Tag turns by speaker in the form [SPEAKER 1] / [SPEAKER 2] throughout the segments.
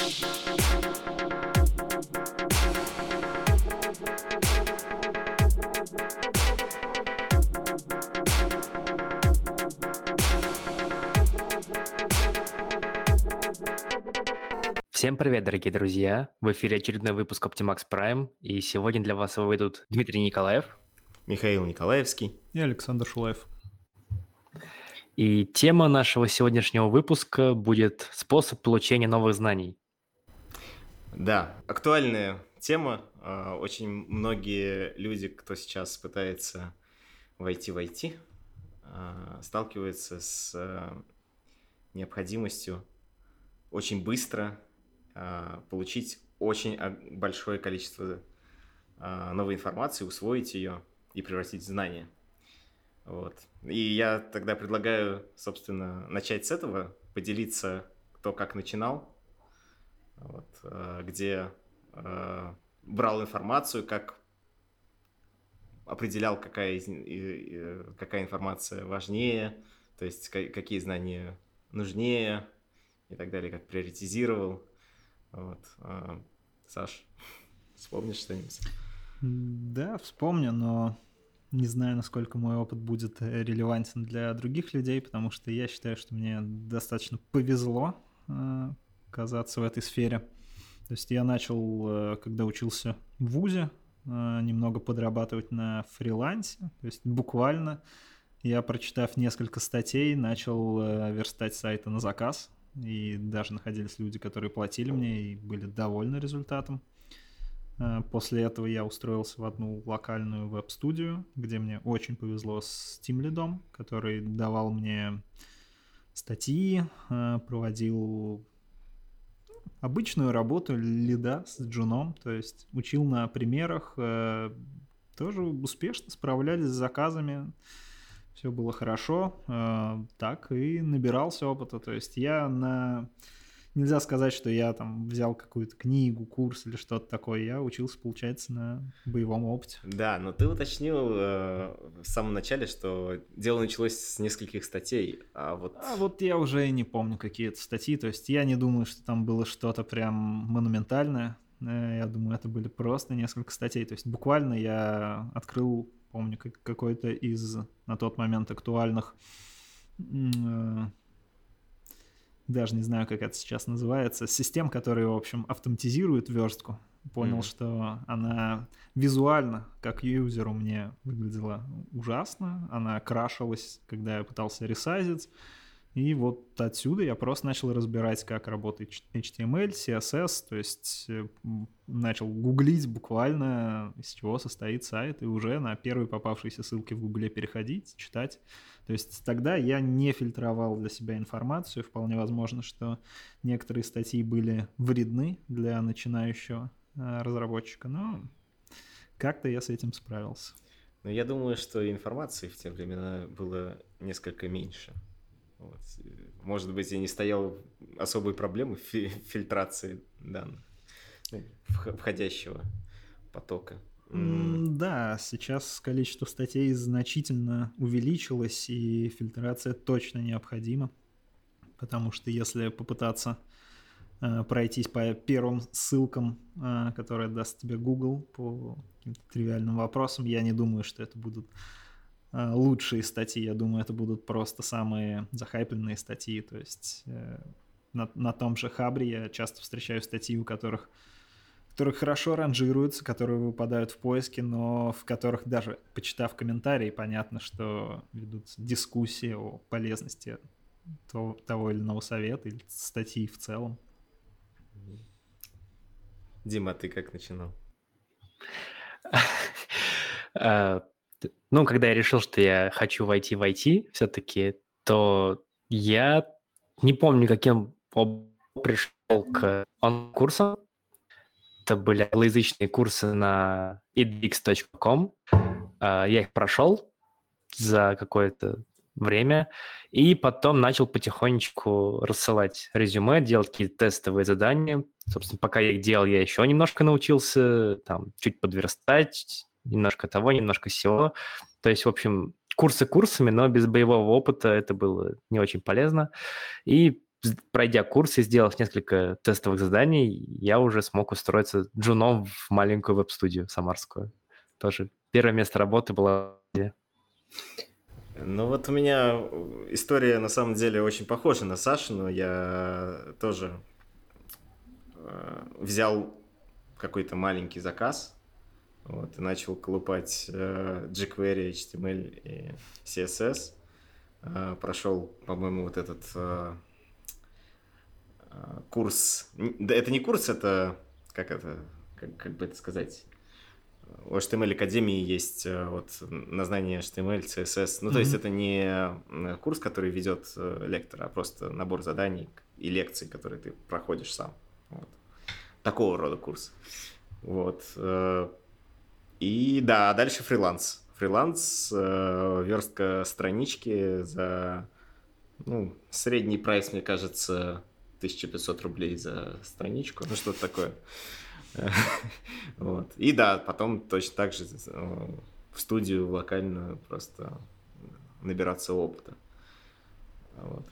[SPEAKER 1] Всем привет, дорогие друзья! В эфире очередной выпуск Optimax Prime, и сегодня для вас выйдут Дмитрий Николаев
[SPEAKER 2] Михаил Николаевский
[SPEAKER 3] и Александр Шулаев.
[SPEAKER 1] И тема нашего сегодняшнего выпуска будет «Способ получения новых знаний».
[SPEAKER 2] Да, актуальная тема. Очень многие люди, кто сейчас пытается войти в IT, сталкиваются с необходимостью очень быстро получить очень большое количество новой информации, усвоить ее и превратить в знания. Вот. И я тогда предлагаю, собственно, начать с этого, поделиться, кто как начинал, вот, где брал информацию, как определял, какая информация важнее, то есть какие знания нужнее и так далее, как приоритизировал. Вот. Саш, вспомнишь что-нибудь?
[SPEAKER 3] Да, вспомню, но не знаю, насколько мой опыт будет релевантен для других людей, потому что я считаю, что мне достаточно повезло оказаться в этой сфере. То есть я начал, когда учился в вузе, немного подрабатывать на фрилансе. То есть буквально я, прочитав несколько статей, начал верстать сайты на заказ. И даже находились люди, которые платили мне и были довольны результатом. После этого я устроился в одну локальную веб-студию, где мне очень повезло с тимлидом, который давал мне статьи, проводил обычную работу лида с джуном, то есть учил на примерах, тоже успешно справлялись с заказами, все было хорошо, так и набирался опыта, то есть нельзя сказать, что я там взял какую-то книгу, курс или что-то такое. Я учился, получается, на боевом опыте.
[SPEAKER 2] Да, но ты уточнил в самом начале, что дело началось с нескольких статей. А вот
[SPEAKER 3] я уже не помню, какие это статьи. То есть я не думаю, что там было что-то прям монументальное. Я думаю, это были просто несколько статей. То есть буквально я открыл, помню, какой-то из на тот момент актуальных... даже не знаю, как это сейчас называется, систем, которые, в общем, автоматизируют верстку. Понял, что она визуально, как юзеру, мне выглядела ужасно. Она крашилась, когда я пытался ресайзить. И вот отсюда я просто начал разбирать, как работает HTML, CSS, то есть начал гуглить буквально, из чего состоит сайт, и уже на первые попавшиеся ссылки в Гугле переходить, читать. То есть тогда я не фильтровал для себя информацию, вполне возможно, что некоторые статьи были вредны для начинающего разработчика, но как-то я с этим справился.
[SPEAKER 2] Но я думаю, что информации в те времена было несколько меньше. Вот. Может быть, и не стоял особой проблемы фильтрации данных, входящего потока.
[SPEAKER 3] Да, сейчас количество статей значительно увеличилось, и фильтрация точно необходима, потому что если попытаться пройтись по первым ссылкам, которые даст тебе Google по каким-то тривиальным вопросам, я не думаю, что это будут лучшие статьи, я думаю, это будут просто самые захайпленные статьи, то есть на том же Хабре я часто встречаю статьи, у которых хорошо ранжируются, которые выпадают в поиске, но в которых даже, почитав комментарии, понятно, что ведутся дискуссии о полезности того или иного совета или статьи в целом.
[SPEAKER 2] Дима, ты как начинал?
[SPEAKER 1] Ну, когда я решил, что я хочу войти в IT все-таки, то я не помню, каким пришел к онлайн-курсам. Это были англоязычные курсы на edx.com. Я их прошел за какое-то время, и потом начал потихонечку рассылать резюме, делать какие-то тестовые задания. Собственно, пока я их делал, я еще немножко научился там чуть подверстать, немножко того, немножко сего. То есть, в общем, курсы курсами, но без боевого опыта это было не очень полезно. И пройдя курс и сделав несколько тестовых заданий, я уже смог устроиться джуном в маленькую веб-студию самарскую. Тоже первое место работы было...
[SPEAKER 2] Ну вот у меня история на самом деле очень похожа на Сашину. Я тоже взял какой-то маленький заказ, вот, и начал колупать jQuery, HTML и CSS. Прошел, по-моему, вот этот курс. Да, это не курс, это как бы это сказать? У HTML Академии есть вот на знание HTML, CSS. Ну, то есть это не курс, который ведет лектор, а просто набор заданий и лекций, которые ты проходишь сам. Вот. Такого рода курс. Вот. И да, дальше фриланс. Фриланс, верстка странички за средний прайс, мне кажется, 1500 рублей за страничку. Ну, что-то такое. Вот. И да, потом точно так же в студию локальную просто набираться опыта. Вот.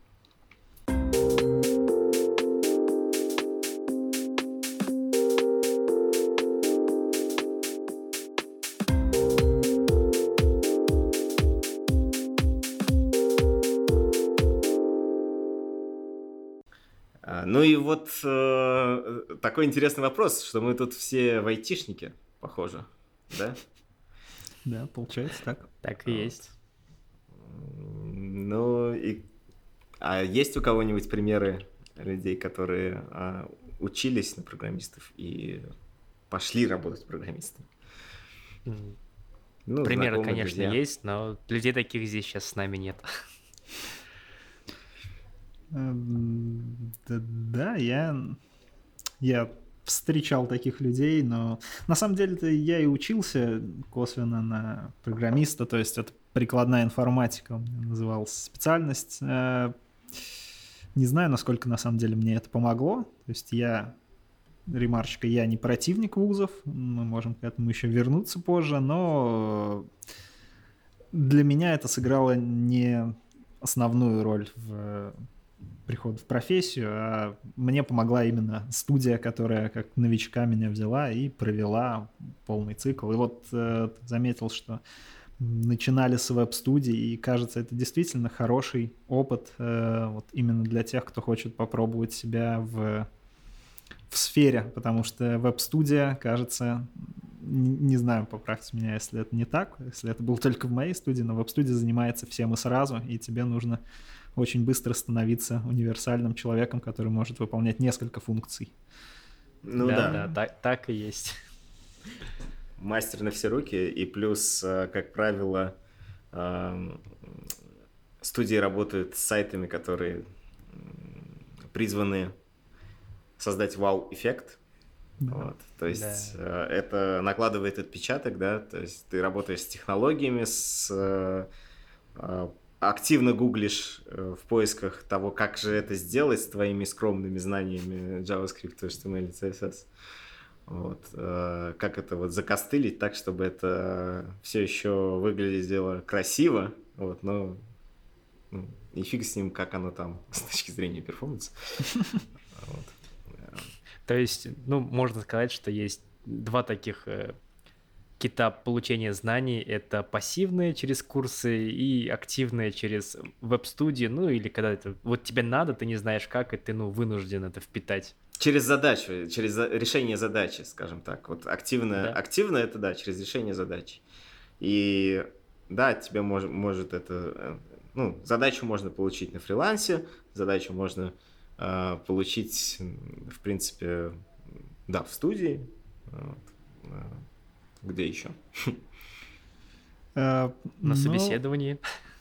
[SPEAKER 2] Ну и вот такой интересный вопрос, что мы тут все в айтишники, похоже, да?
[SPEAKER 3] Да, получается так.
[SPEAKER 1] Так и есть.
[SPEAKER 2] Ну и... А есть у кого-нибудь примеры людей, которые учились на программистов и пошли работать программистами? Ну,
[SPEAKER 1] примеры,
[SPEAKER 2] знакомые,
[SPEAKER 1] конечно,
[SPEAKER 2] друзья.
[SPEAKER 1] есть, но людей таких здесь сейчас с нами нет.
[SPEAKER 3] Да, я встречал таких людей, но на самом деле-то я и учился косвенно на программиста, то есть это прикладная информатика у меня называлась специальность. Не знаю, насколько на самом деле мне это помогло, то есть ремарочка, я не противник вузов, мы можем к этому еще вернуться позже, но для меня это сыграло не основную роль в приход в профессию, а мне помогла именно студия, которая как новичка меня взяла и провела полный цикл. И вот заметил, что начинали с веб-студии, и кажется, это действительно хороший опыт вот именно для тех, кто хочет попробовать себя в сфере, потому что веб-студия, кажется, не знаю, поправьте меня, если это не так, если это было только в моей студии, но веб-студия занимается всем и сразу, и тебе нужно очень быстро становиться универсальным человеком, который может выполнять несколько функций.
[SPEAKER 2] Ну
[SPEAKER 1] да, так и есть.
[SPEAKER 2] Мастер на все руки, и плюс, как правило, студии работают с сайтами, которые призваны создать вау-эффект.
[SPEAKER 3] Да.
[SPEAKER 2] Вот. То есть это накладывает отпечаток, да, то есть ты работаешь с технологиями, активно гуглишь в поисках того, как же это сделать с твоими скромными знаниями JavaScript, HTML, CSS. Вот. Как это вот закостылить так, чтобы это все еще выглядело красиво, вот, но и фиг с ним, как оно там с точки зрения перформанса.
[SPEAKER 1] То есть, можно сказать, что есть два таких кита получения знаний. Это пассивные через курсы и активные через веб-студии. Или когда это вот тебе надо, ты не знаешь как, и ты вынужден это впитать.
[SPEAKER 2] Через задачу, через решение задачи, скажем так. Вот активно это, да, через решение задачи. И да, тебе может это... задачу можно получить на фрилансе, задачу можно получить, в принципе, да, в студии. Где еще?
[SPEAKER 1] На собеседовании.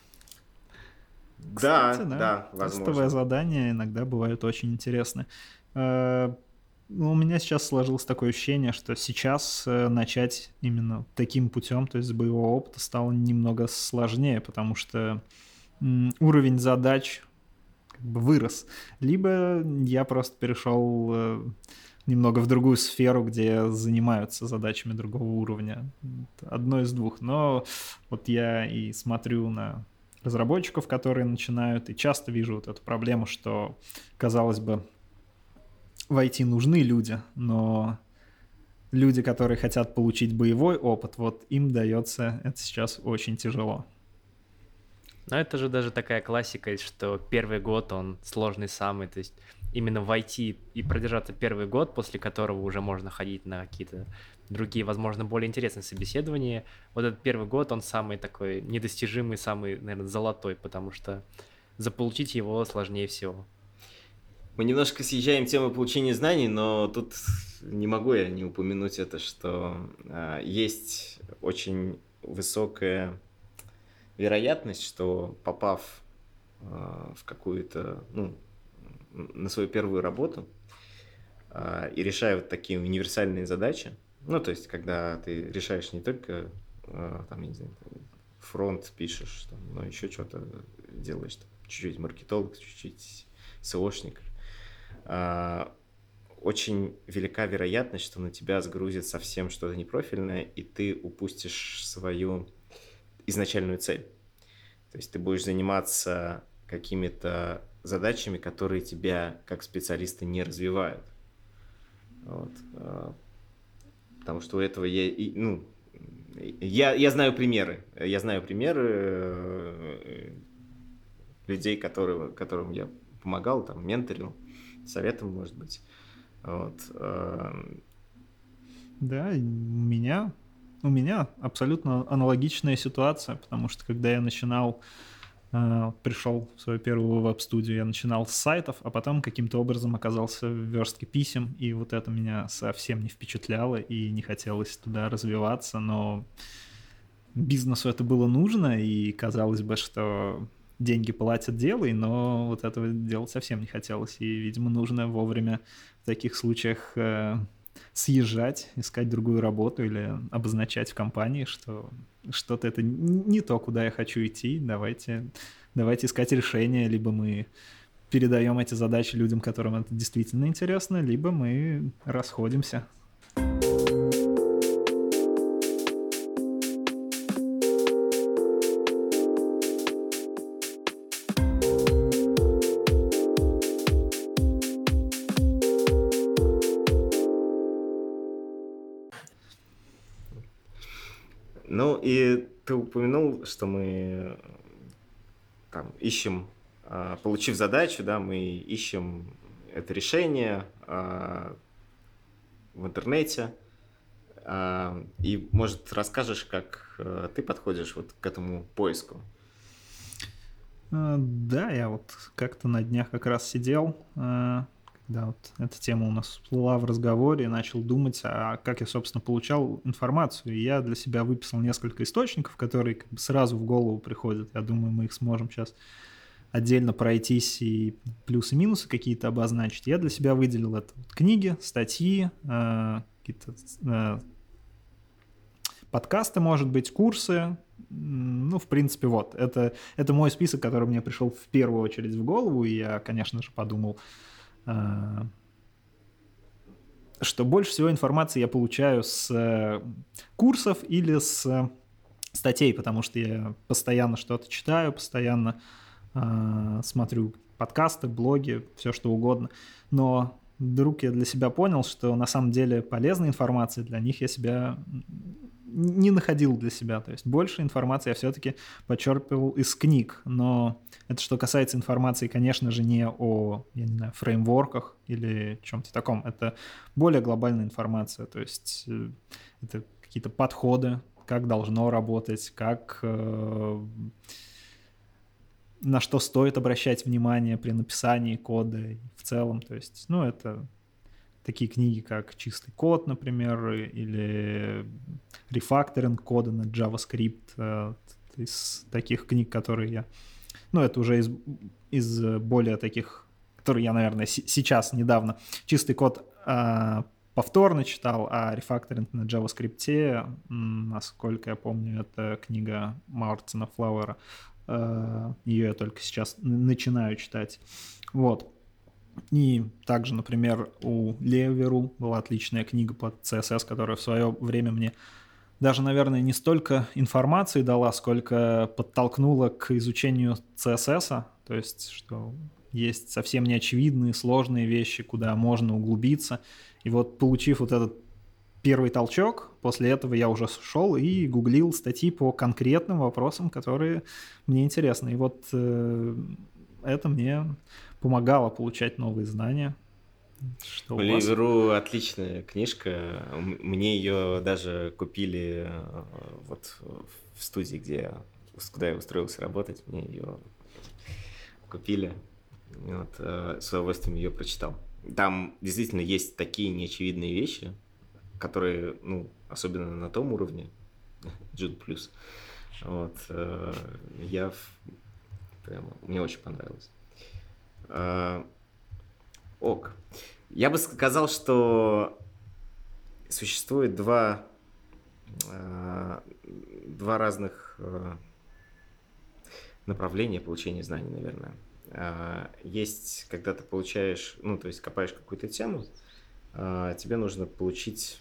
[SPEAKER 3] Кстати,
[SPEAKER 2] да, возможно.
[SPEAKER 3] Тестовые задания иногда бывают очень интересны. У меня сейчас сложилось такое ощущение, что сейчас начать именно таким путем, то есть с боевого опыта, стало немного сложнее, потому что уровень задач как бы вырос. Либо я просто перешел немного в другую сферу, где занимаются задачами другого уровня. Одно из двух. Но вот я и смотрю на разработчиков, которые начинают, и часто вижу вот эту проблему, что, казалось бы, в IT нужны люди, но люди, которые хотят получить боевой опыт, вот им дается это сейчас очень тяжело.
[SPEAKER 1] Но это же даже такая классика, что первый год, он сложный самый, то есть именно в IT и продержаться первый год, после которого уже можно ходить на какие-то другие, возможно, более интересные собеседования, вот этот первый год, он самый такой недостижимый, самый, наверное, золотой, потому что заполучить его сложнее всего.
[SPEAKER 2] Мы немножко съезжаем темы получения знаний, но тут не могу я не упомянуть это, что есть очень высокая вероятность, что попав в какую-то, на свою первую работу и решая вот такие универсальные задачи, то есть когда ты решаешь не только, там, я не знаю, фронт пишешь, там, но еще что-то делаешь, там, чуть-чуть маркетолог, чуть-чуть SEOшник, очень велика вероятность, что на тебя сгрузит совсем что-то непрофильное, и ты упустишь свою изначальную цель. То есть ты будешь заниматься какими-то задачами, которые тебя как специалиста не развивают. Вот. Потому что у этого я знаю примеры. Я знаю примеры людей, которым я помогал, там, менторил, советом, может быть. Вот.
[SPEAKER 3] Да, у меня абсолютно аналогичная ситуация, потому что когда я пришел в свою первую веб-студию, я начинал с сайтов, а потом каким-то образом оказался в верстке писем, и вот это меня совсем не впечатляло, и не хотелось туда развиваться, но бизнесу это было нужно, и казалось бы, что деньги платят, делай, но вот этого делать совсем не хотелось, и, видимо, нужно вовремя в таких случаях съезжать, искать другую работу или обозначать в компании, что что-то это не то, куда я хочу идти, давайте искать решение, либо мы передаем эти задачи людям, которым это действительно интересно, либо мы расходимся.
[SPEAKER 2] Ну, и ты упомянул, что мы там ищем, получив задачу, да, мы ищем это решение в интернете. И, может, расскажешь, как ты подходишь вот к этому поиску?
[SPEAKER 3] Да, я вот как-то на днях как раз сидел, когда вот эта тема у нас всплыла в разговоре, и начал думать, а как я, собственно, получал информацию. И я для себя выписал несколько источников, которые как бы сразу в голову приходят. Я думаю, мы их сможем сейчас отдельно пройтись и плюсы-минусы какие-то обозначить. Я для себя выделил это книги, статьи, какие-то подкасты, может быть, курсы. Ну, в принципе, вот. Это мой список, который мне пришел в первую очередь в голову, и я, конечно же, подумал, что больше всего информации я получаю с курсов или с статей, потому что я постоянно что-то читаю, постоянно смотрю подкасты, блоги, все что угодно. Но вдруг я для себя понял, что на самом деле полезной информации для них я себя не находил для себя. То есть больше информации я все-таки почерпывал из книг. Но это что касается информации, конечно же, не о, я не знаю, фреймворках или чем-то таком. Это более глобальная информация. То есть это какие-то подходы, как должно работать, как на что стоит обращать внимание при написании кода и в целом. То есть, ну, это такие книги, как «Чистый код», например, или «Рефакторинг кода на JavaScript», из таких книг, которые я... Ну, это уже из более таких, которые я, наверное, сейчас, недавно, «Чистый код» повторно читал, а «Рефакторинг на JavaScript», насколько я помню, это книга Мартина Флауэра. Ее я только сейчас начинаю читать. Вот. И также, например, у Лео Веру была отличная книга по CSS, которая в свое время мне даже, наверное, не столько информации дала, сколько подтолкнула к изучению CSS, то есть что есть совсем неочевидные, сложные вещи, куда можно углубиться. И вот получив вот этот первый толчок, после этого я уже шел и гуглил статьи по конкретным вопросам, которые мне интересны. И вот это мне помогало получать новые знания. Что у вас?
[SPEAKER 2] Ливеру отличная книжка. Мне ее даже купили вот в студии, куда я устроился работать. Мне ее купили. Вот, с удовольствием ее прочитал. Там действительно есть такие неочевидные вещи, которые, ну, особенно на том уровне, June+. Вот, мне очень понравилось. Ок. Я бы сказал, что существует два разных направления получения знаний, наверное. Есть, когда ты получаешь, ну, то есть копаешь какую-то тему, тебе нужно получить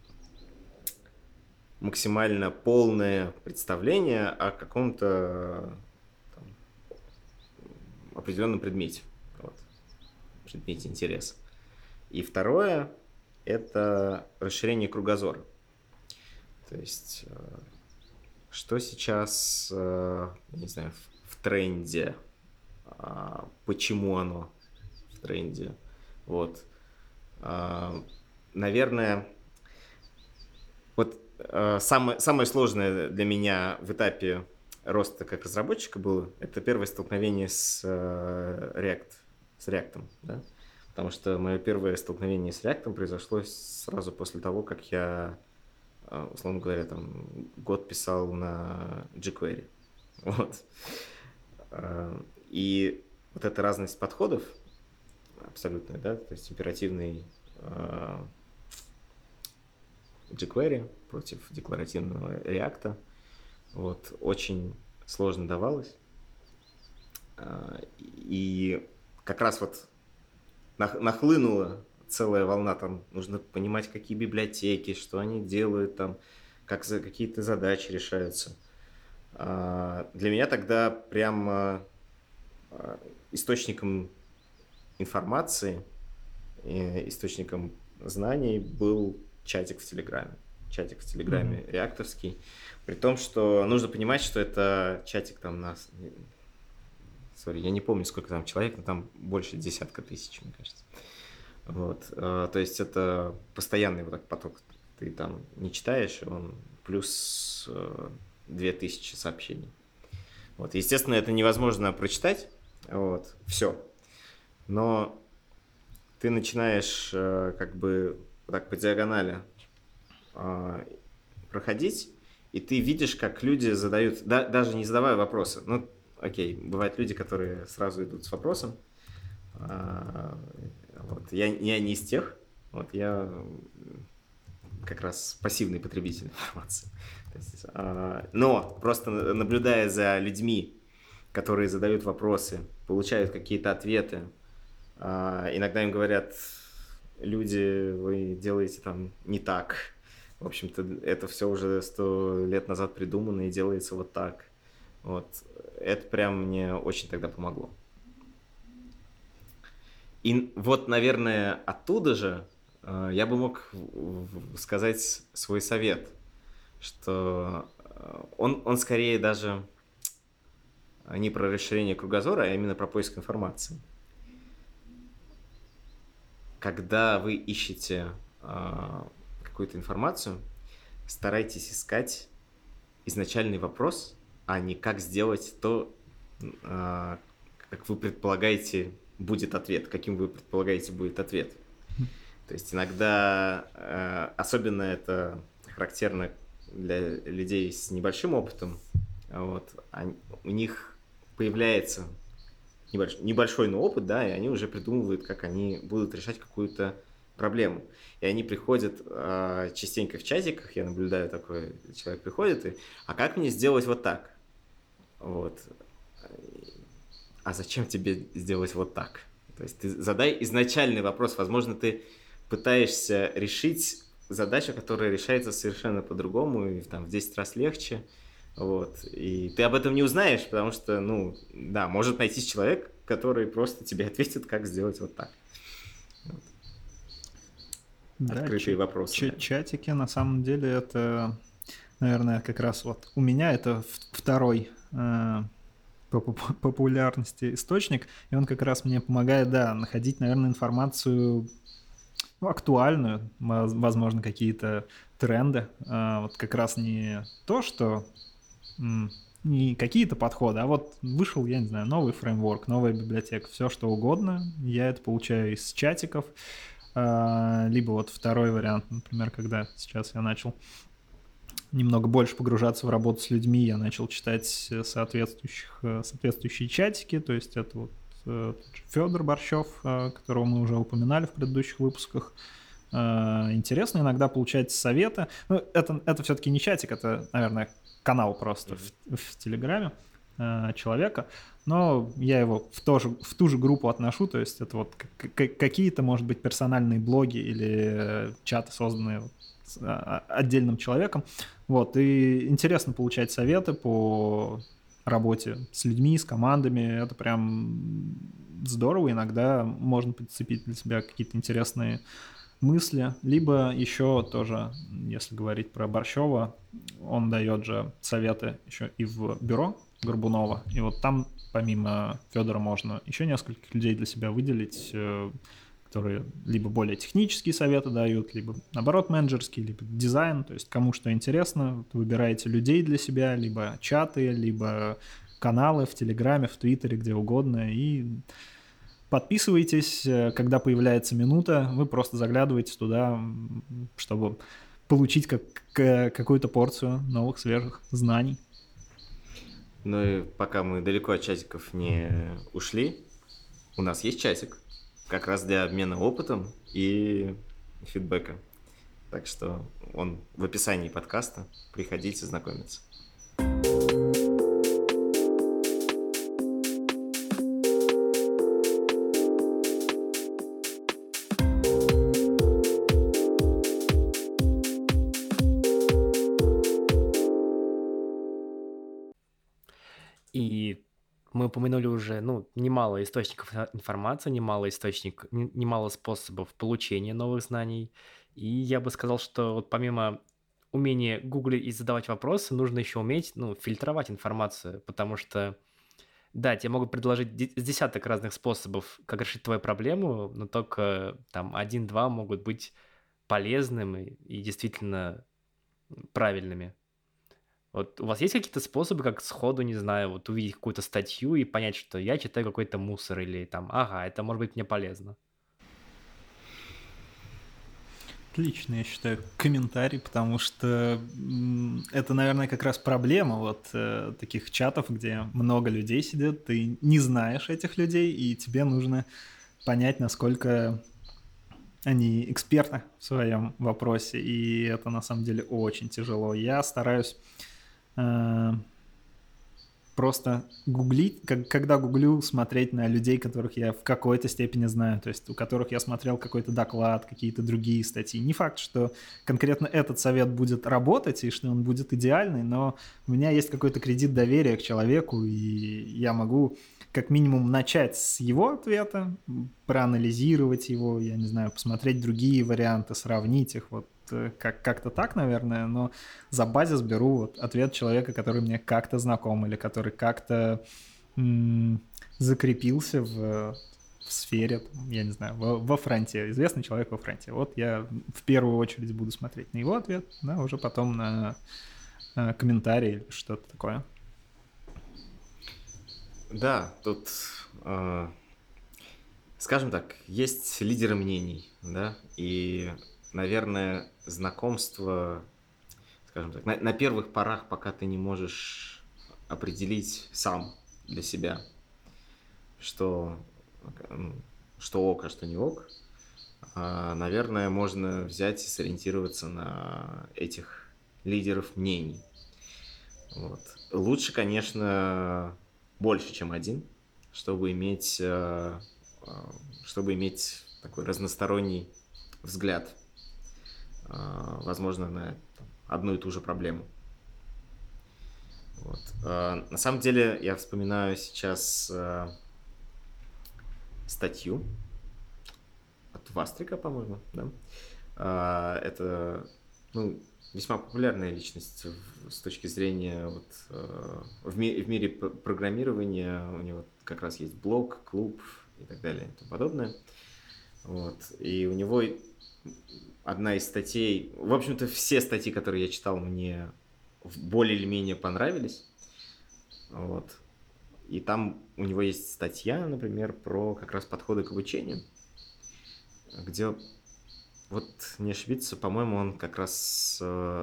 [SPEAKER 2] максимально полное представление о каком-то там определенном предмете. Вот. Предмете интереса. И второе – это расширение кругозора. То есть, что сейчас, не знаю, в тренде, почему оно в тренде. Вот. Наверное, вот самое сложное для меня в этапе роста как разработчика было, это первое столкновение с React, да? Потому что мое первое столкновение с React произошло сразу после того, как я, условно говоря, там год писал на jQuery. Вот. И вот эта разность подходов абсолютная, да, то есть императивный jQuery против декларативного React, вот, очень сложно давалось. И как раз вот нахлынула целая волна, там нужно понимать, какие библиотеки, что они делают, там, как какие-то задачи решаются. Для меня тогда прям источником информации, источником знаний был чатик в Телеграме. Чатик в Телеграме реакторский. При том, что нужно понимать, что это чатик там нас... я не помню, сколько там человек, но там больше 10 тысяч, мне кажется. Вот. То есть это постоянный вот так поток. Ты там не читаешь, он плюс 2000 сообщений. Вот. Естественно, это невозможно прочитать. Вот. Все. Но ты начинаешь как бы так по диагонали проходить, и ты видишь, как люди задают, даже не задавая вопросы. Ну, окей, бывают люди, которые сразу идут с вопросом. Вот. Я не из тех. Вот, я как раз пассивный потребитель информации. То есть, но просто наблюдая за людьми, которые задают вопросы, получают какие-то ответы, иногда им говорят: люди, вы делаете там не так. В общем-то, это все уже 100 лет назад придумано и делается вот так. Вот. Это прям мне очень тогда помогло. И вот, наверное, оттуда же я бы мог сказать свой совет, что он скорее даже не про расширение кругозора, а именно про поиск информации. Когда вы ищете какую-то информацию, старайтесь искать изначальный вопрос, а не как сделать то, как вы предполагаете будет ответ, каким вы предполагаете будет ответ. То есть иногда, особенно это характерно для людей с небольшим опытом, вот, у них появляется небольшой, но опыт, да, и они уже придумывают, как они будут решать какую-то проблему. И они приходят частенько в чатиках, я наблюдаю, такой человек приходит, и: а как мне сделать вот так? Вот. А зачем тебе сделать вот так? То есть ты задай изначальный вопрос. Возможно, ты пытаешься решить задача, которая решается совершенно по-другому, и там в 10 раз легче. Вот. И ты об этом не узнаешь, потому что, ну, да, может найтись человек, который просто тебе ответит, как сделать вот так. Вот.
[SPEAKER 3] Да,
[SPEAKER 2] открытые вопросы.
[SPEAKER 3] Чатики, на самом деле, это, наверное, как раз вот у меня это второй по популярности источник, и он как раз мне помогает, да, находить, наверное, информацию актуальную, возможно, какие-то тренды. Вот как раз не то, что не какие-то подходы, а вот вышел, я не знаю, новый фреймворк, новая библиотека, все что угодно, я это получаю из чатиков. Либо вот второй вариант, например, когда сейчас я начал немного больше погружаться в работу с людьми, я начал читать соответствующие чатики, то есть это вот Федор Борщев, которого мы уже упоминали в предыдущих выпусках. Интересно иногда получать советы. Ну, это все-таки не чатик, это, наверное, канал просто в Телеграме человека, но я его в ту же группу отношу, то есть это вот какие-то, может быть, персональные блоги или чаты, созданные отдельным человеком. Вот, и интересно получать советы по работе с людьми, с командами, это прям здорово, иногда можно подцепить для себя какие-то интересные мысли, либо еще тоже, если говорить про Борщева, он дает же советы еще и в бюро Горбунова, и вот там помимо Федора можно еще нескольких людей для себя выделить, которые либо более технические советы дают, либо наоборот менеджерские, либо дизайн, то есть кому что интересно, выбираете людей для себя, либо чаты, либо каналы в Телеграме, в Твиттере, где угодно, и подписывайтесь, когда появляется минута, вы просто заглядываете туда, чтобы получить какую-то порцию новых свежих знаний.
[SPEAKER 2] Ну и пока мы далеко от чатиков не ушли, у нас есть чатик, как раз для обмена опытом и фидбэка. Так что он в описании подкаста. Приходите знакомиться.
[SPEAKER 1] И мы упомянули уже, немало источников информации, немало способов получения новых знаний. И я бы сказал, что вот помимо умения гуглить и задавать вопросы, нужно еще уметь, фильтровать информацию, потому что, да, тебе могут предложить с десяток разных способов, как решить твою проблему, но только там 1-2 могут быть полезными и действительно правильными. Вот у вас есть какие-то способы, как сходу, не знаю, вот увидеть какую-то статью и понять, что я читаю какой-то мусор или там, ага, это может быть мне полезно?
[SPEAKER 3] Отлично, я считаю, комментарий, потому что это, наверное, как раз проблема вот таких чатов, где много людей сидят, ты не знаешь этих людей, и тебе нужно понять, насколько они эксперты в своем вопросе, и это на самом деле очень тяжело. Я стараюсь просто гуглить, когда гуглю, смотреть на людей, которых я в какой-то степени знаю, то есть у которых я смотрел какой-то доклад, какие-то другие статьи. Не факт, что конкретно этот совет будет работать и что он будет идеальный, но у меня есть какой-то кредит доверия к человеку, и я могу как минимум начать с его ответа, проанализировать его, я не знаю, посмотреть другие варианты, сравнить их, вот как-то так, наверное, но за базис беру вот ответ человека, который мне как-то знаком или который как-то закрепился в сфере, я не знаю, во фронте, известный человек во фронте. Вот я в первую очередь буду смотреть на его ответ, да, уже потом на комментарий или что-то такое.
[SPEAKER 2] Да, тут, скажем так, есть лидеры мнений, да, и, наверное, знакомство, скажем так, на первых порах, пока ты не можешь определить сам для себя, что ок, а что не ок, наверное, можно взять и сориентироваться на этих лидеров мнений. Вот. Лучше, конечно, больше, чем один, чтобы иметь такой разносторонний взгляд возможно, на одну и ту же проблему. Вот. На самом деле, я вспоминаю сейчас статью от Вастрика, по-моему, да? Это, весьма популярная личность с точки зрения в мире программирования. У него как раз есть блог, клуб и так далее и тому подобное. Вот. И у него одна из статей, в общем-то, все статьи, которые я читал, мне более или менее понравились. Вот. И там у него есть статья, например, про как раз подходы к обучению, где, вот не ошибиться, по-моему, он как раз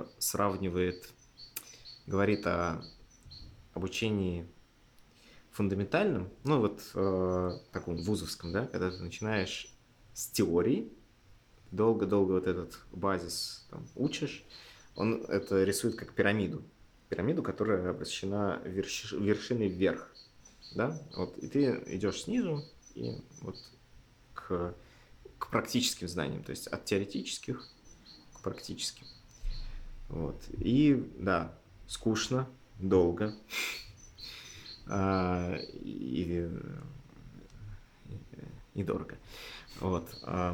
[SPEAKER 2] говорит о обучении фундаментальном, таком вузовском, да, когда ты начинаешь с теории, долго-долго вот этот базис там учишь, он это рисует как пирамиду, которая обращена вершиной вверх, да, вот, и ты идешь снизу и вот к практическим знаниям, то есть от теоретических к практическим, вот, и да, скучно, долго, и дорого, вот.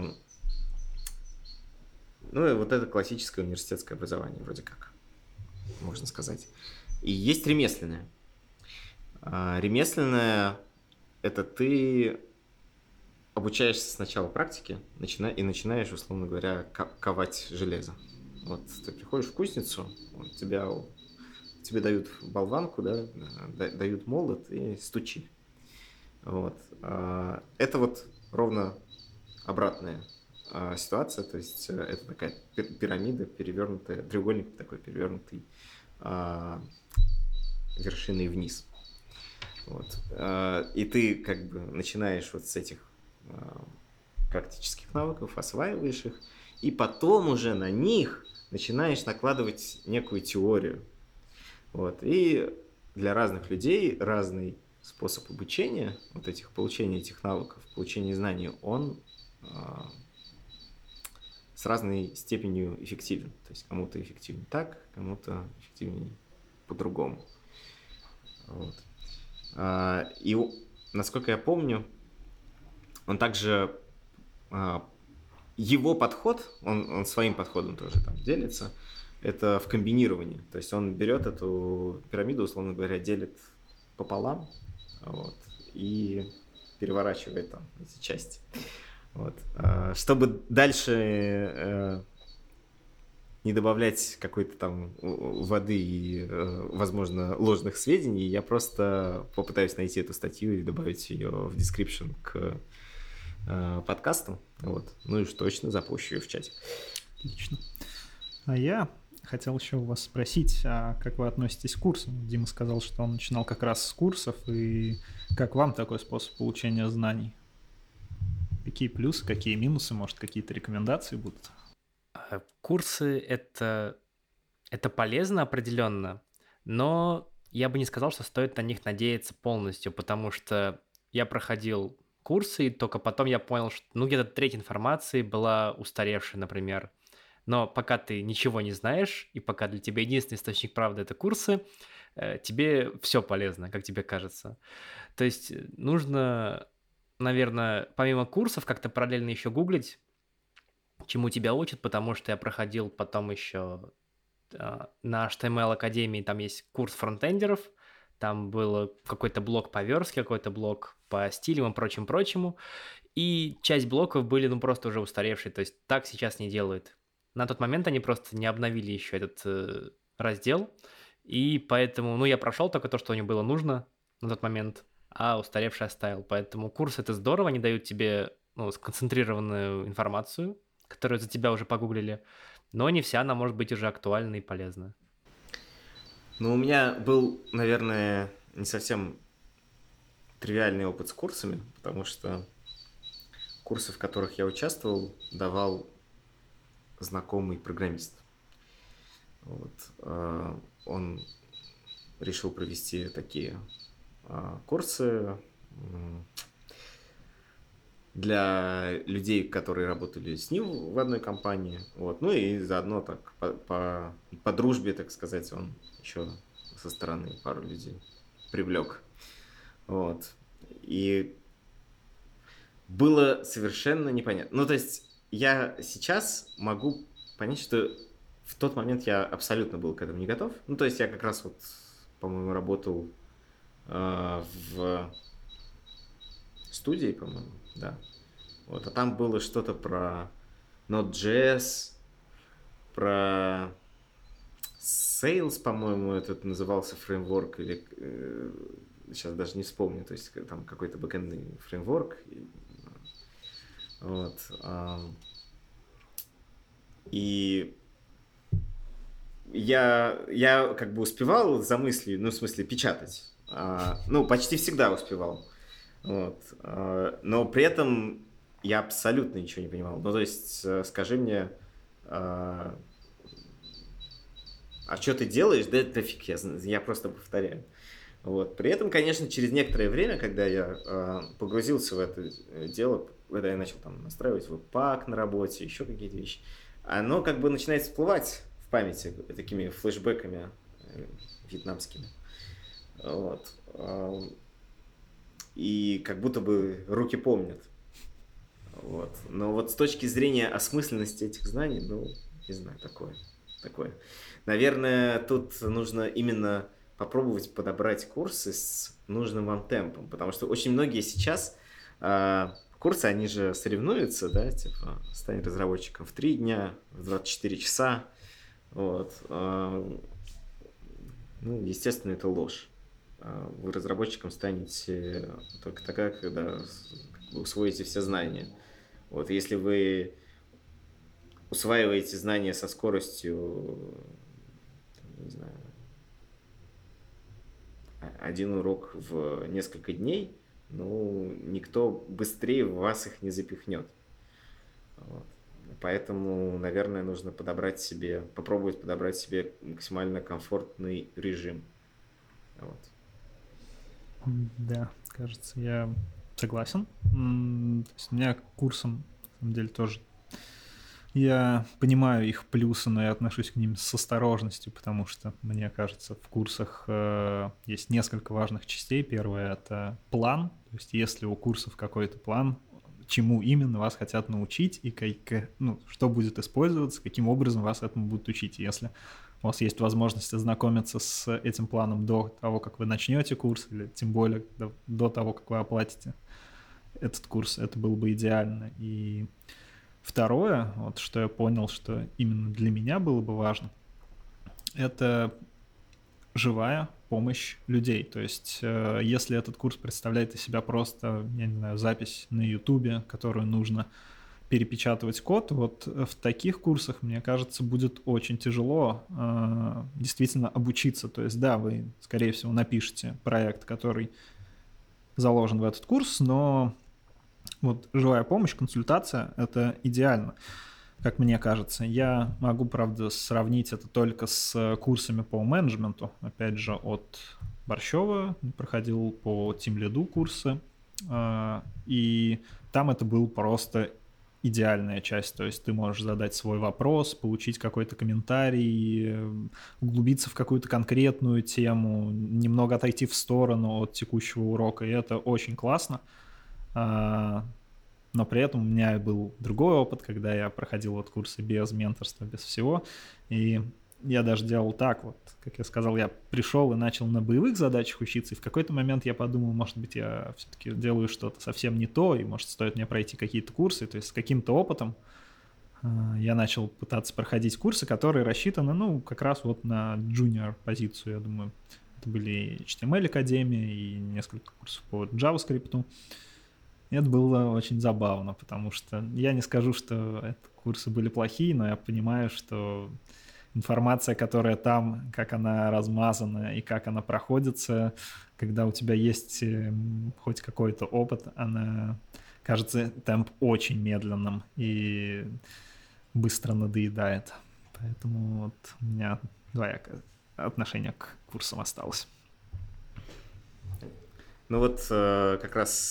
[SPEAKER 2] Ну и вот это классическое университетское образование, вроде как, можно сказать. И есть ремесленное. Ремесленное – это ты обучаешься сначала практике и начинаешь, условно говоря, ковать железо. Вот ты приходишь в кузницу, тебе дают болванку, да, дают молот и стучи. Вот. Это вот ровно обратная ситуация, то есть это такая пирамида перевернутая, треугольник такой перевернутый вершиной вниз. Вот. И ты как бы начинаешь вот с этих практических навыков, осваиваешь их, и потом уже на них начинаешь накладывать некую теорию. Вот. И для разных людей разный способ обучения, получения этих навыков, получения знаний, он с разной степенью эффективен. То есть кому-то эффективнее так, кому-то эффективнее по-другому. Вот. И, насколько я помню, он также, его подход, он своим подходом тоже там делится, это в комбинировании. То есть он берет эту пирамиду, условно говоря, делит пополам, вот, и переворачивает там эти части. Вот. Чтобы дальше не добавлять какой-то там воды и, возможно, ложных сведений, я просто попытаюсь найти эту статью и добавить ее в description к подкасту. Вот. Ну и уж точно запущу ее в чате.
[SPEAKER 3] Отлично. А я хотел еще у вас спросить, а как вы относитесь к курсам? Дима сказал, что он начинал как раз с курсов, и как вам такой способ получения знаний? Какие плюсы, какие минусы, может, какие-то рекомендации будут?
[SPEAKER 1] Курсы это полезно определенно, но я бы не сказал, что стоит на них надеяться полностью, потому что я проходил курсы, и только потом я понял, что где-то треть информации была устаревшей, например. Но пока ты ничего не знаешь, и пока для тебя единственный источник правды — это курсы, тебе все полезно, как тебе кажется. То есть нужно, наверное, помимо курсов как-то параллельно еще гуглить, чему тебя учат, потому что я проходил потом еще на HTML Академии, там есть курс фронтендеров, там был какой-то блок по верстке, какой-то блок по стилям и прочему-прочему, и часть блоков были, просто уже устаревшие, то есть так сейчас не делают. На тот момент они просто не обновили еще этот раздел, и поэтому, я прошел только то, что мне было нужно на тот момент, а устаревший оставил. Поэтому курс — это здорово, они дают тебе сконцентрированную информацию, которую за тебя уже погуглили, но не вся она может быть уже актуальна и полезна.
[SPEAKER 2] Ну, у меня был, наверное, не совсем тривиальный опыт с курсами, потому что курсы, в которых я участвовал, давал знакомый программист. Вот. Он решил провести такие курсы. для людей, которые работали с ним в одной компании. Вот. Ну и заодно так по дружбе, так сказать, он еще со стороны пару людей привлек. Вот. И было совершенно непонятно. Ну, то есть я сейчас могу понять, что в тот момент я абсолютно был к этому не готов. Ну, то есть я как раз вот, по-моему, работал в студии, по-моему, да. Вот, а там было что-то про Node.js, про Sales, по-моему, этот назывался фреймворк, или сейчас даже не вспомню, то есть там какой-то бэкэндный фреймворк. Вот. И я как бы успевал за мыслью, ну, в смысле, печатать. Ну, почти всегда успевал. Вот. Но при этом я абсолютно ничего не понимал. Ну, то есть, скажи мне, а что ты делаешь? Да это фиг, я просто повторяю. Вот. При этом, конечно, через некоторое время, когда я погрузился в это дело, когда я начал там настраивать веб-пак на работе, еще какие-то вещи, оно как бы начинает всплывать в памяти такими флешбэками вьетнамскими. Вот. И как будто бы руки помнят. Вот. Но вот с точки зрения осмысленности этих знаний, ну, не знаю, такое. Наверное, тут нужно именно попробовать подобрать курсы с нужным вам темпом, потому что очень многие сейчас курсы, они же соревнуются, да, типа, стань разработчиком в 3 дня, в 24 часа, вот. Ну, естественно, это ложь. Вы разработчиком станете только тогда, когда вы усвоите все знания. Вот, если вы усваиваете знания со скоростью, не знаю, 1 урок в несколько дней, ну, никто быстрее в вас их не запихнет. Вот. Поэтому, наверное, нужно попробовать подобрать себе максимально комфортный режим. Вот.
[SPEAKER 3] Да, кажется, я согласен. То есть у меня к курсам, на самом деле, тоже я понимаю их плюсы, но я отношусь к ним с осторожностью, потому что, мне кажется, в курсах есть несколько важных частей. Первое — это план. То есть если у курсов какой-то план, чему именно вас хотят научить и что будет использоваться, каким образом вас этому будут учить. Если у вас есть возможность ознакомиться с этим планом до того, как вы начнете курс, или тем более до того, как вы оплатите этот курс, это было бы идеально. И второе, вот что я понял, что именно для меня было бы важно, это живая помощь людей. То есть если этот курс представляет из себя просто, я не знаю, запись на Ютубе, которую нужно перепечатывать код, вот в таких курсах, мне кажется, будет очень тяжело действительно обучиться. То есть да, вы, скорее всего, напишете проект, который заложен в этот курс, но вот живая помощь, консультация — это идеально, как мне кажется. Я могу, правда, сравнить это только с курсами по менеджменту. Опять же, от Борщева проходил по тимлиду курсы, и там это был просто идеальная часть. То есть ты можешь задать свой вопрос, получить какой-то комментарий, углубиться в какую-то конкретную тему, немного отойти в сторону от текущего урока, и это очень классно. Но при этом у меня был другой опыт, когда я проходил вот курсы без менторства, без всего, и я даже делал так вот, как я сказал, я пришел и начал на боевых задачах учиться, и в какой-то момент я подумал, может быть, я все-таки делаю что-то совсем не то, и может стоит мне пройти какие-то курсы, то есть с каким-то опытом я начал пытаться проходить курсы, которые рассчитаны, ну, как раз вот на junior позицию, я думаю. Это были HTML Академия и несколько курсов по JavaScript. И это было очень забавно, потому что я не скажу, что курсы были плохие, но я понимаю, что информация, которая там, как она размазана и как она проходится, когда у тебя есть хоть какой-то опыт, она кажется темп очень медленным и быстро надоедает. Поэтому вот у меня двоякое отношение к курсам осталось.
[SPEAKER 2] Ну вот как раз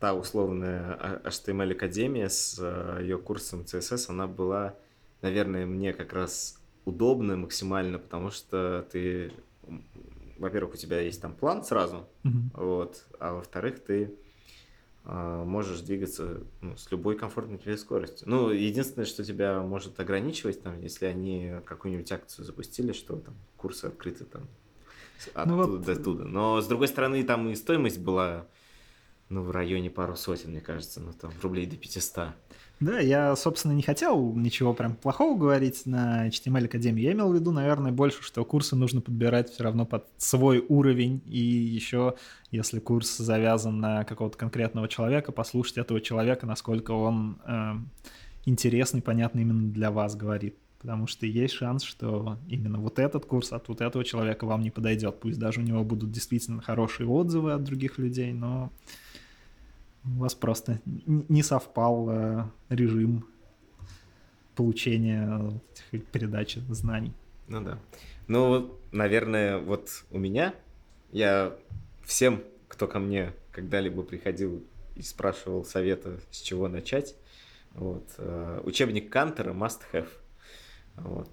[SPEAKER 2] та условная HTML Академия с ее курсом CSS, она была, наверное, мне как раз удобна максимально, потому что ты, во-первых, у тебя есть там план сразу, вот, а во-вторых, ты можешь двигаться с любой комфортной тебе скоростью. Ну, единственное, что тебя может ограничивать, там, если они какую-нибудь акцию запустили, что там курсы открыты там оттуда до туда. Но, с другой стороны, там и стоимость была, в районе пару сотен, мне кажется, там рублей до 500.
[SPEAKER 3] Да, я, собственно, не хотел ничего прям плохого говорить на HTML Академии. Я имел в виду, наверное, больше, что курсы нужно подбирать все равно под свой уровень. И еще, если курс завязан на какого-то конкретного человека, послушать этого человека, насколько он интересный, понятный именно для вас говорит. Потому что есть шанс, что именно вот этот курс от вот этого человека вам не подойдет. Пусть даже у него будут действительно хорошие отзывы от других людей, но у вас просто не совпал режим получения передачи знаний.
[SPEAKER 2] Ну да. Ну, наверное, вот у меня, я всем, кто ко мне когда-либо приходил и спрашивал совета, с чего начать, вот, учебник Кантера must have. Вот,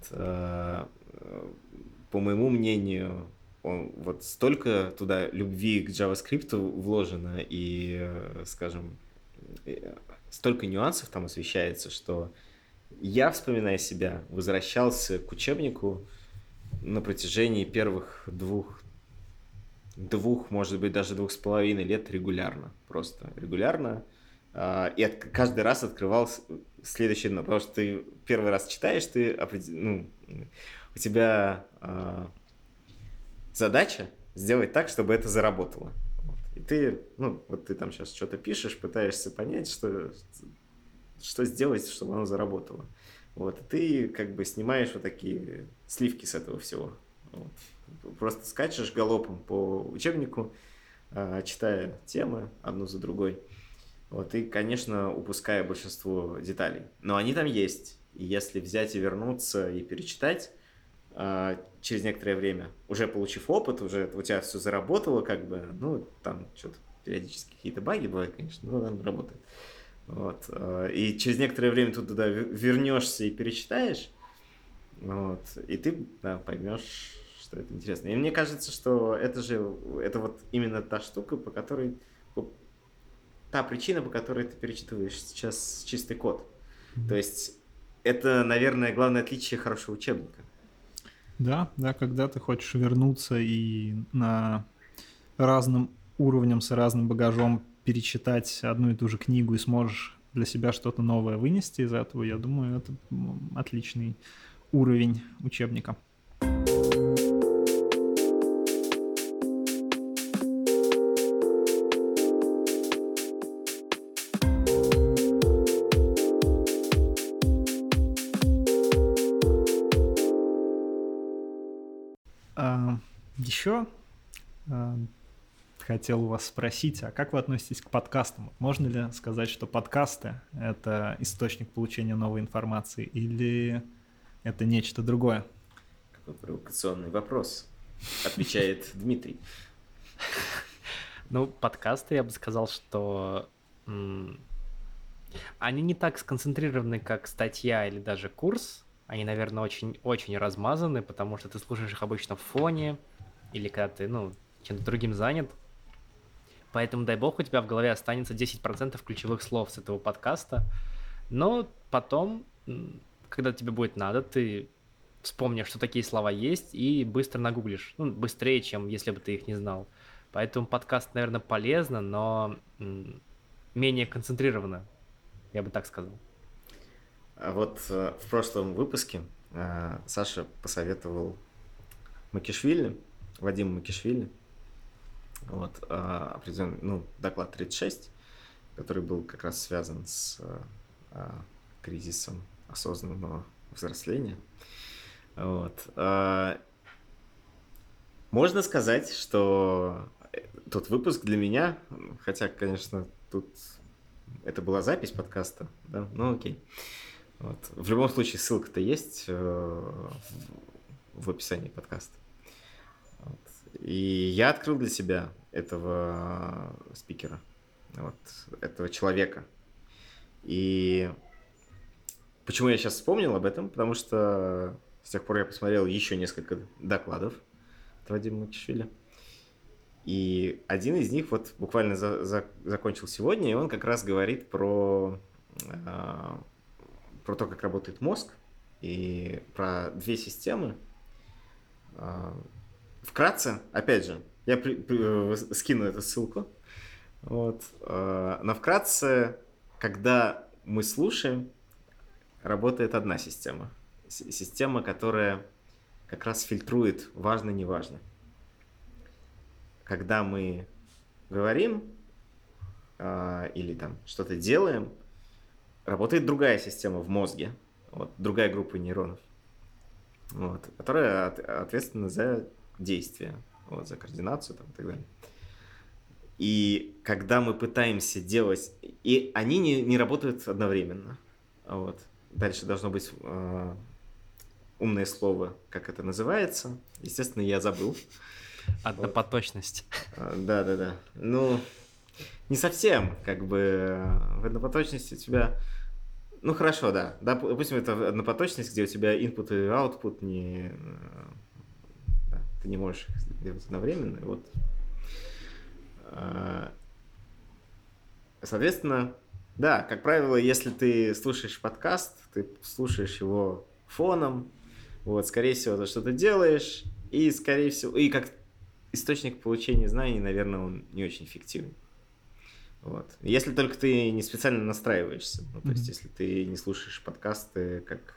[SPEAKER 2] по моему мнению, вот столько туда любви к JavaScript вложено и, скажем, столько нюансов там освещается, что я, вспоминая себя, возвращался к учебнику на протяжении первых двух, может быть, даже 2,5 лет регулярно. Просто регулярно. И каждый раз открывал следующий, потому что ты первый раз читаешь, у тебя задача сделать так, чтобы это заработало. И ты, ты там сейчас что-то пишешь, пытаешься понять, что сделать, чтобы оно заработало. Вот, и ты как бы снимаешь вот такие сливки с этого всего. Вот. Просто скачешь галопом по учебнику, читая темы одну за другой. Вот, и, конечно, упуская большинство деталей. Но они там есть. И если взять и вернуться и перечитать через некоторое время, уже получив опыт, уже у тебя все заработало, как бы, там что-то периодически какие-то баги бывают, конечно, но там работает. Вот. И через некоторое время ты туда вернешься и перечитаешь, вот, и ты поймешь, что это интересно. И мне кажется, что это вот именно та штука, та причина, по которой ты перечитываешь сейчас чистый код. То есть это, наверное, главное отличие хорошего учебника.
[SPEAKER 3] Да, когда ты хочешь вернуться и на разным уровнем, с разным багажом перечитать одну и ту же книгу и сможешь для себя что-то новое вынести из этого, я думаю, это отличный уровень учебника. Еще хотел у вас спросить, а как вы относитесь к подкастам? Можно ли сказать, что подкасты — это источник получения новой информации, или это нечто другое?
[SPEAKER 2] Какой провокационный вопрос, отвечает Дмитрий.
[SPEAKER 1] Подкасты, я бы сказал, что они не так сконцентрированы, как статья или даже курс. Они, наверное, очень-очень размазаны, потому что ты слушаешь их обычно в фоне, или когда ты, чем-то другим занят. Поэтому, дай бог, у тебя в голове останется 10% ключевых слов с этого подкаста. Но потом, когда тебе будет надо, ты вспомнишь, что такие слова есть, и быстро нагуглишь. Быстрее, чем если бы ты их не знал. Поэтому подкаст, наверное, полезно, но менее концентрированно, я бы так сказал.
[SPEAKER 2] Вот в прошлом выпуске Саша посоветовал Вадиму Макишвили, вот, определенный, доклад 36, который был как раз связан с кризисом осознанного взросления. Вот. Можно сказать, что тот выпуск для меня, хотя, конечно, тут это была запись подкаста, да, окей. Вот. В любом случае, ссылка-то есть в описании подкаста. Вот. И я открыл для себя этого спикера. вот этого человека. И почему я сейчас вспомнил об этом? Потому что с тех пор я посмотрел еще несколько докладов от Вадима Макишвили. И один из них вот буквально закончил сегодня, и он как раз говорит про то, как работает мозг, и про две системы. Вкратце, опять же, я скину эту ссылку. Вот. Но вкратце, когда мы слушаем, работает одна система. Система, которая как раз фильтрует важно-неважно. Когда мы говорим или там что-то делаем, работает другая система в мозге, вот, другая группа нейронов, вот, которая ответственна за действие, вот, за координацию там, и так далее. И когда мы пытаемся делать... И они не работают одновременно. Вот. Дальше должно быть умное слово, как это называется. Естественно, я забыл.
[SPEAKER 1] Однопоточность.
[SPEAKER 2] Да. Ну, не совсем. Как бы в однопоточности у тебя... Ну, хорошо, да. Допустим, это однопоточность, где у тебя input и output не... Да, ты не можешь их делать одновременно. И вот. Соответственно, да, как правило, если ты слушаешь подкаст, ты слушаешь его фоном, вот, скорее всего, ты что-то делаешь, и, скорее всего, и как источник получения знаний, наверное, он не очень эффективен. Вот. Если только ты не специально настраиваешься, ну, то есть, если ты не слушаешь подкасты как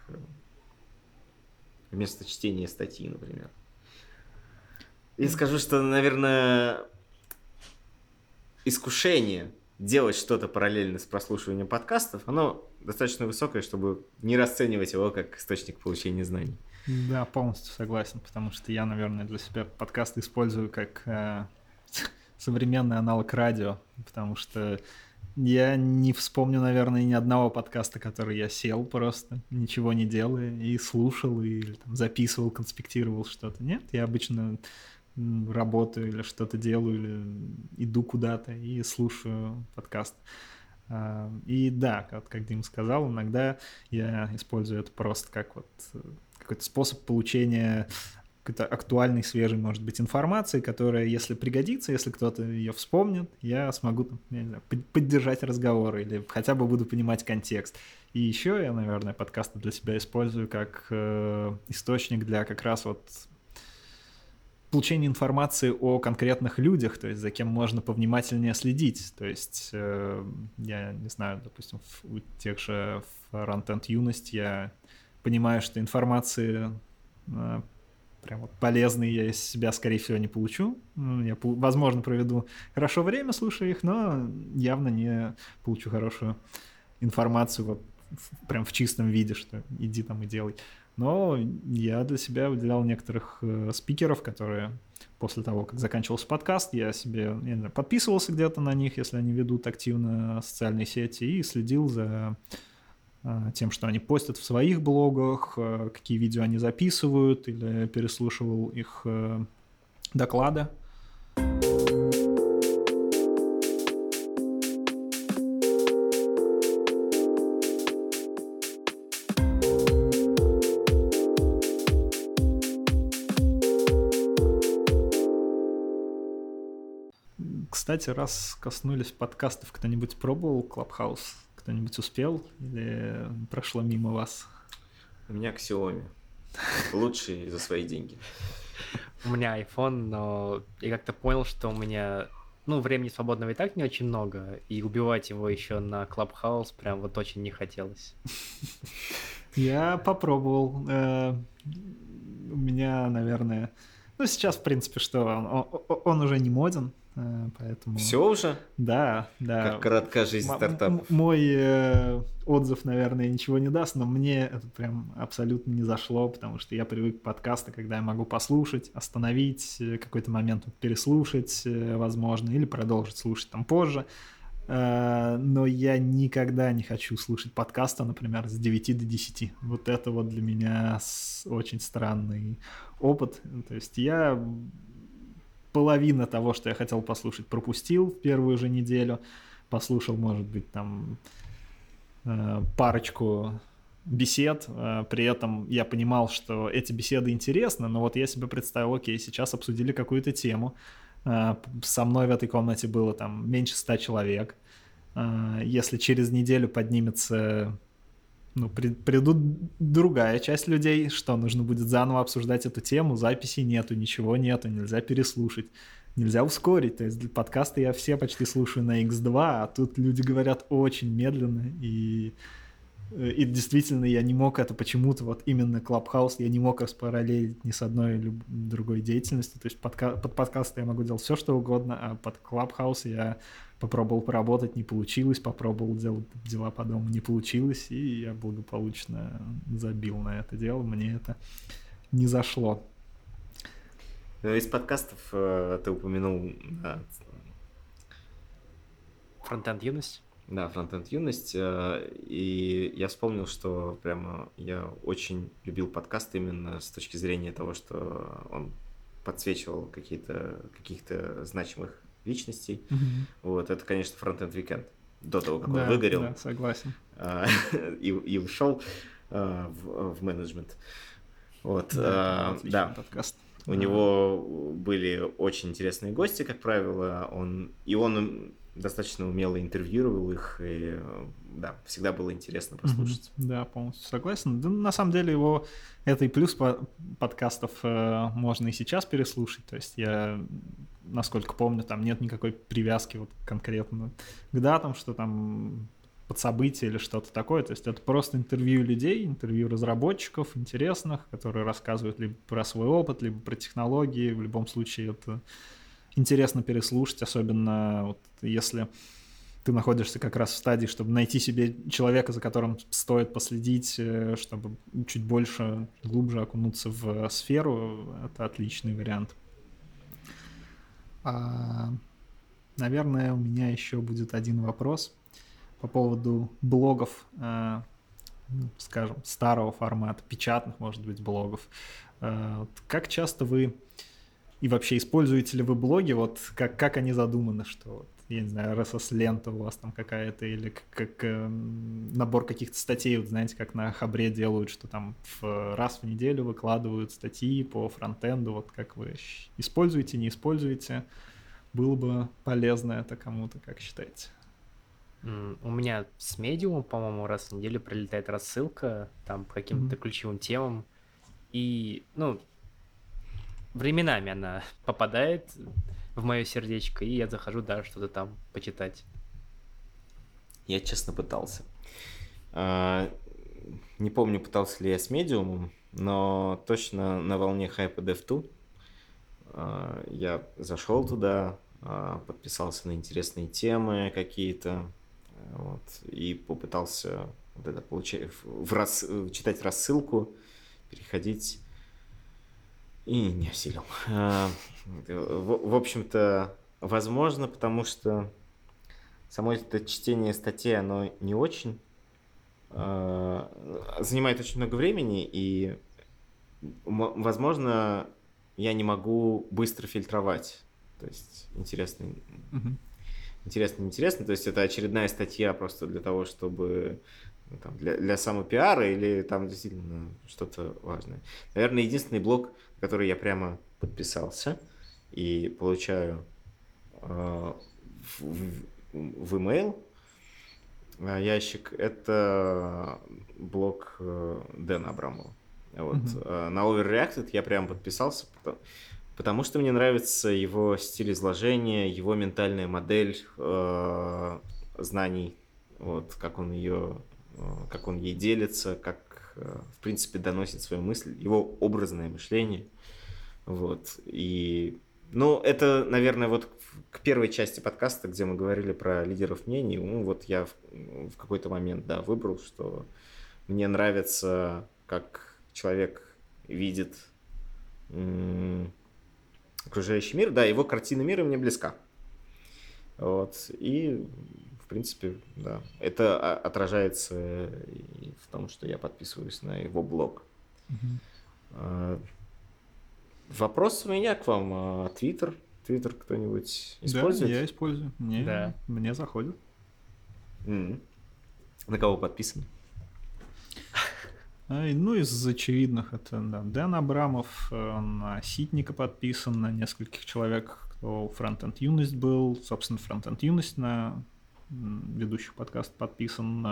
[SPEAKER 2] вместо чтения статьи, например. И скажу, что, наверное, искушение делать что-то параллельно с прослушиванием подкастов, оно достаточно высокое, чтобы не расценивать его как источник получения знаний.
[SPEAKER 3] Да, полностью согласен, потому что я, наверное, для себя подкасты использую как современный аналог радио, потому что я не вспомню, наверное, ни одного подкаста, который я сел просто, ничего не делая, и слушал, или там, записывал, конспектировал что-то. Нет, я обычно работаю или что-то делаю, или иду куда-то и слушаю подкаст. И да, как Дим сказал, иногда я использую это просто как вот какой-то способ получения какой-то актуальной, свежей, может быть, информации, которая, если пригодится, если кто-то ее вспомнит, я смогу, я не знаю, поддержать разговор или хотя бы буду понимать контекст. И еще я, наверное, подкасты для себя использую как источник для как раз вот получения информации о конкретных людях, то есть за кем можно повнимательнее следить. То есть, я не знаю, допустим, у тех же Фронтенд Юность я понимаю, что информации прям вот полезной я из себя, скорее всего, не получу. Я, возможно, проведу хорошо время, слушая их, но явно не получу хорошую информацию вот прям в чистом виде, что иди там и делай. Но я для себя выделял некоторых спикеров, которые после того, как заканчивался подкаст, я себе, я не знаю, подписывался где-то на них, если они ведут активно социальные сети, и следил за тем, что они постят в своих блогах, какие видео они записывают, или переслушивал их доклады. Кстати, раз коснулись подкастов, кто-нибудь пробовал Clubhouse? Кто-нибудь успел или прошло мимо вас?
[SPEAKER 2] У меня Xiaomi. Лучший за свои деньги.
[SPEAKER 1] У меня iPhone, но я как-то понял, что у меня, времени свободного и так не очень много, и убивать его еще на Clubhouse прям вот очень не хотелось.
[SPEAKER 3] Я попробовал. У меня, наверное... сейчас, в принципе, что он уже не моден, поэтому...
[SPEAKER 2] Все уже?
[SPEAKER 3] Да.
[SPEAKER 2] Как коротка жизнь стартапов.
[SPEAKER 3] Мой отзыв, наверное, ничего не даст, но мне это прям абсолютно не зашло, потому что я привык к подкасту, когда я могу послушать, остановить, какой-то момент переслушать, возможно, или продолжить слушать там позже. Но я никогда не хочу слушать подкаста, например, с 9 до 10. Вот это вот для меня очень странный опыт. То есть я половину того, что я хотел послушать, пропустил в первую же неделю. послушал, может быть, там парочку бесед, при этом я понимал, что эти беседы интересны, но вот я себе представил, окей, сейчас обсудили какую-то тему, со мной в этой комнате было там меньше 100 человек, если через неделю поднимется, придут другая часть людей, что нужно будет заново обсуждать эту тему, записи нету, ничего нету, нельзя переслушать, нельзя ускорить, то есть подкасты я все почти слушаю на X2, а тут люди говорят очень медленно, и действительно я не мог это почему-то, вот именно Clubhouse я не мог распараллелить ни с одной другой деятельностью, то есть под подкасты я могу делать все, что угодно, а под Clubhouse я попробовал поработать, не получилось, попробовал делать дела по дому, не получилось, и я благополучно забил на это дело, мне это не зашло.
[SPEAKER 2] Из подкастов ты упомянул
[SPEAKER 1] Фронтенд юность?
[SPEAKER 2] Да, фронтенд юность. И я вспомнил, что прямо я очень любил подкаст именно с точки зрения того, что он подсвечивал каких-то значимых личностей. Вот, это, конечно, фронтенд Weekend. До того, как он выгорел.
[SPEAKER 3] Да, согласен.
[SPEAKER 2] И ушел в менеджмент. Вот,
[SPEAKER 3] да. Подкаст.
[SPEAKER 2] У него были очень интересные гости, как правило. Он достаточно умело интервьюировал их, и да, всегда было интересно послушать.
[SPEAKER 3] Да, полностью согласен. Да, на самом деле это и плюс подкастов можно и сейчас переслушать, то есть я, насколько помню, там нет никакой привязки вот конкретно к датам, что там под события или что-то такое, то есть это просто интервью людей, интервью разработчиков интересных, которые рассказывают либо про свой опыт, либо про технологии, в любом случае это интересно переслушать, особенно вот если ты находишься как раз в стадии, чтобы найти себе человека, за которым стоит последить, чтобы чуть больше, глубже окунуться в сферу. Это отличный вариант. Наверное, у меня еще будет один вопрос по поводу блогов, скажем, старого формата, печатных, может быть, блогов. Как часто вы и вообще используете ли вы блоги, вот как они задуманы, что, вот, я не знаю, RSS-лента у вас там какая-то, или как набор каких-то статей, вот знаете, как на Хабре делают, что там раз в неделю выкладывают статьи по фронтенду, вот как вы используете, не используете, было бы полезно это кому-то, как считаете?
[SPEAKER 1] У меня с Medium, по-моему, раз в неделю прилетает рассылка там по каким-то ключевым темам, и, временами она попадает в мое сердечко, и я захожу даже что-то там почитать.
[SPEAKER 2] Я честно пытался. Не помню, пытался ли я с Medium, но точно на волне хайпа Dev2 я зашел туда, подписался на интересные темы какие-то, вот, и попытался вот это читать рассылку, переходить. И не осилил. В общем-то, возможно, потому что само это чтение статей, оно не очень занимает очень много времени, и, возможно, я не могу быстро фильтровать. То есть интересно, то есть это очередная статья просто для того, чтобы там, для самопиара или там действительно что-то важное. Наверное, единственный блог, на который я прямо подписался и получаю в email ящик, это блог Дэна Абрамова. Вот. На Overreacted я прямо подписался, потому что мне нравится его стиль изложения, его ментальная модель знаний, вот, как он ей делится, как, в принципе, доносит свою мысль, его образное мышление. Вот. И, это, наверное, вот к первой части подкаста, где мы говорили про лидеров мнений, вот я в какой-то момент, да, выбрал, что мне нравится, как человек видит окружающий мир, да, его картина мира мне близка. Вот. И в принципе, да, это отражается и в том, что я подписываюсь на его блог. Вопрос у меня к вам. Твиттер кто-нибудь использует?
[SPEAKER 3] Да, я использую. Мне заходит.
[SPEAKER 2] М. На кого подписан?
[SPEAKER 3] Ну, из очевидных это, да, Дэн Абрамов, на Ситника подписан, на нескольких человек, кто Фронтенд Юность был, собственно, Фронтенд Юность на ведущих подкаст подписан,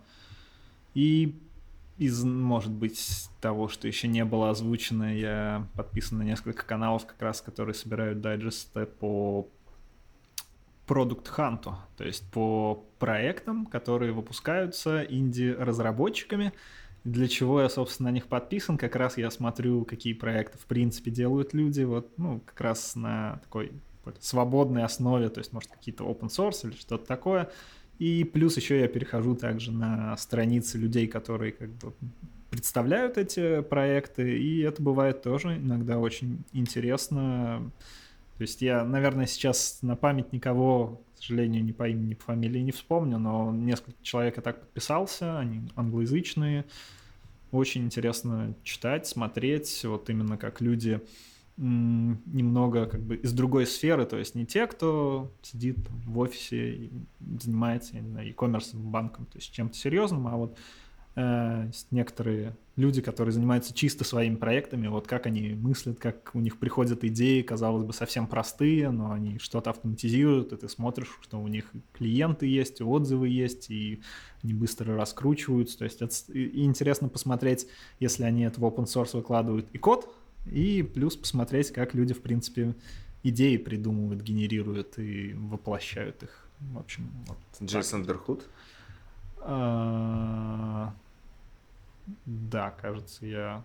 [SPEAKER 3] и из, может быть, того, что еще не было озвучено, я подписан на несколько каналов, как раз, которые собирают дайджесты по Product Hunt, то есть по проектам, которые выпускаются инди-разработчиками. Для чего я, собственно, на них подписан? Как раз я смотрю, какие проекты в принципе делают люди, вот, ну, как раз на такой свободной основе, то есть, может, какие-то open source или что-то такое. И плюс еще я перехожу также на страницы людей, которые как бы представляют эти проекты, и это бывает тоже иногда очень интересно. То есть я, наверное, сейчас на память никого, к сожалению, ни по имени, ни по фамилии не вспомню, но несколько человек я так подписался, они англоязычные. Очень интересно читать, смотреть, вот именно как люди немного как бы из другой сферы, то есть не те, кто сидит в офисе и занимается, я не знаю, e-commerce, банком, то есть чем-то серьезным, а вот некоторые люди, которые занимаются чисто своими проектами, вот как они мыслят, как у них приходят идеи, казалось бы, совсем простые, но они что-то автоматизируют, и ты смотришь, что у них клиенты есть, отзывы есть, и они быстро раскручиваются. То есть это и интересно посмотреть, если они это в open source выкладывают и код, и плюс посмотреть, как люди, в принципе, идеи придумывают, генерируют и воплощают их. В общем, вот
[SPEAKER 2] Джейсон Дерхут?
[SPEAKER 3] Да, кажется, я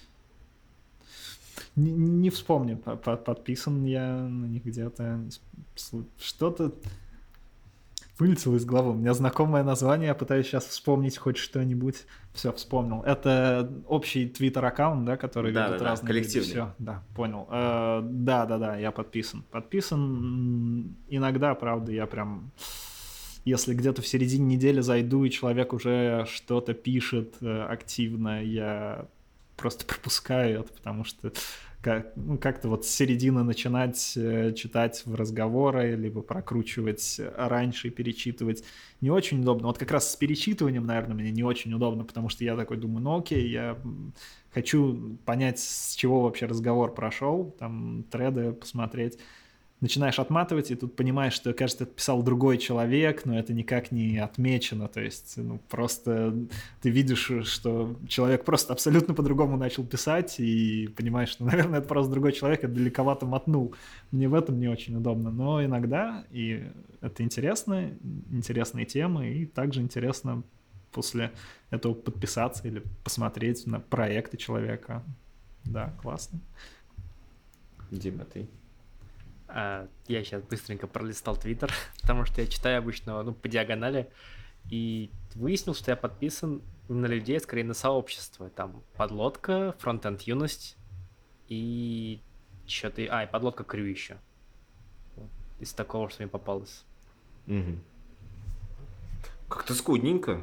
[SPEAKER 3] не вспомню, подписан я на них где-то. Что-то вылетело из головы. У меня знакомое название, я пытаюсь сейчас вспомнить хоть что-нибудь. Все, вспомнил. Это общий твиттер-аккаунт, да, который ведут разные
[SPEAKER 2] коллективный.
[SPEAKER 3] люди. Все, да, понял. Да, я подписан. Подписан иногда, правда, я прям... Если где-то в середине недели зайду, и человек уже что-то пишет активно, я просто пропускаю это, потому что как-то вот с середины начинать читать в разговоры, либо прокручивать раньше и перечитывать не очень удобно. Вот как раз с перечитыванием, наверное, мне не очень удобно, потому что я такой думаю, ну окей, я хочу понять, с чего вообще разговор прошел, там треды посмотреть. Начинаешь отматывать, и тут понимаешь, что, кажется, это писал другой человек, но это никак не отмечено, то есть, ну, просто ты видишь, что человек просто абсолютно по-другому начал писать, и понимаешь, что, наверное, это просто другой человек, я далековато мотнул. Мне в этом не очень удобно, но иногда, и это интересно, интересные темы, и также интересно после этого подписаться или посмотреть на проекты человека. Да, классно.
[SPEAKER 2] Дима, ты?
[SPEAKER 1] Я сейчас быстренько пролистал Твиттер, потому что я читаю обычно, ну, по диагонали, и выяснил, что я подписан на людей, скорее на сообщество. Там подлодка, фронтенд юность и что-то... и подлодка крю еще. Вот. Из такого, что мне попалось.
[SPEAKER 2] Угу. Как-то скудненько.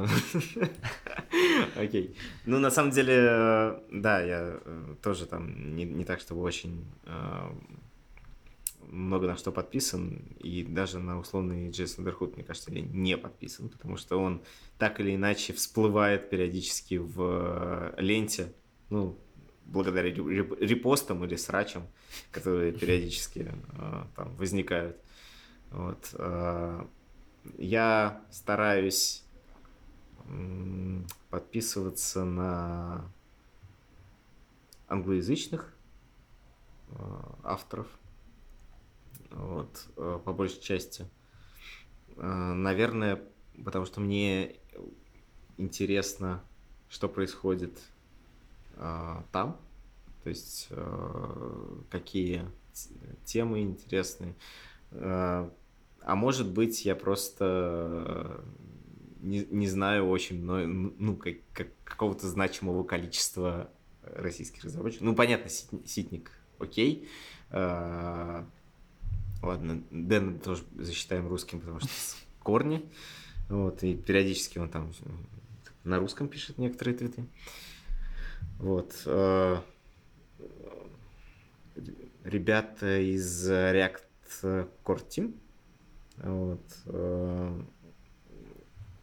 [SPEAKER 2] Окей. Ну, на самом деле, да, я тоже там не так, чтобы очень много на что подписан, и даже на условный Джейсон Дерхут, мне кажется, я не подписан, потому что он так или иначе всплывает периодически в ленте, ну, благодаря репостам или срачам, которые периодически там возникают. Вот. Я стараюсь подписываться на англоязычных авторов, вот, по большей части. Наверное, потому что мне интересно, что происходит там, то есть какие темы интересные. А может быть, я просто не знаю очень много, ну, какого-то значимого количества российских разработчиков. Ну, понятно, Ситник, окей. Ладно, Дэн тоже засчитаем русским, потому что корни. Вот, и периодически он там на русском пишет некоторые твиты. Вот. Ребята из React Core Team. Вот.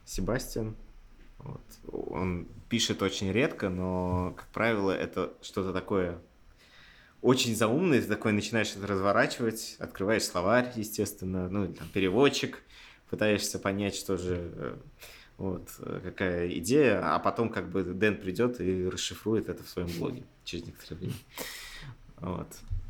[SPEAKER 2] Себастьян. Вот. Он пишет очень редко, но, как правило, это что-то такое очень заумное. Ты такой начинаешь это разворачивать, открываешь словарь, естественно, ну, или там переводчик, пытаешься понять, что же, вот, какая идея, а потом как бы Дэн придет и расшифрует это в своем блоге через некоторое время. Вот.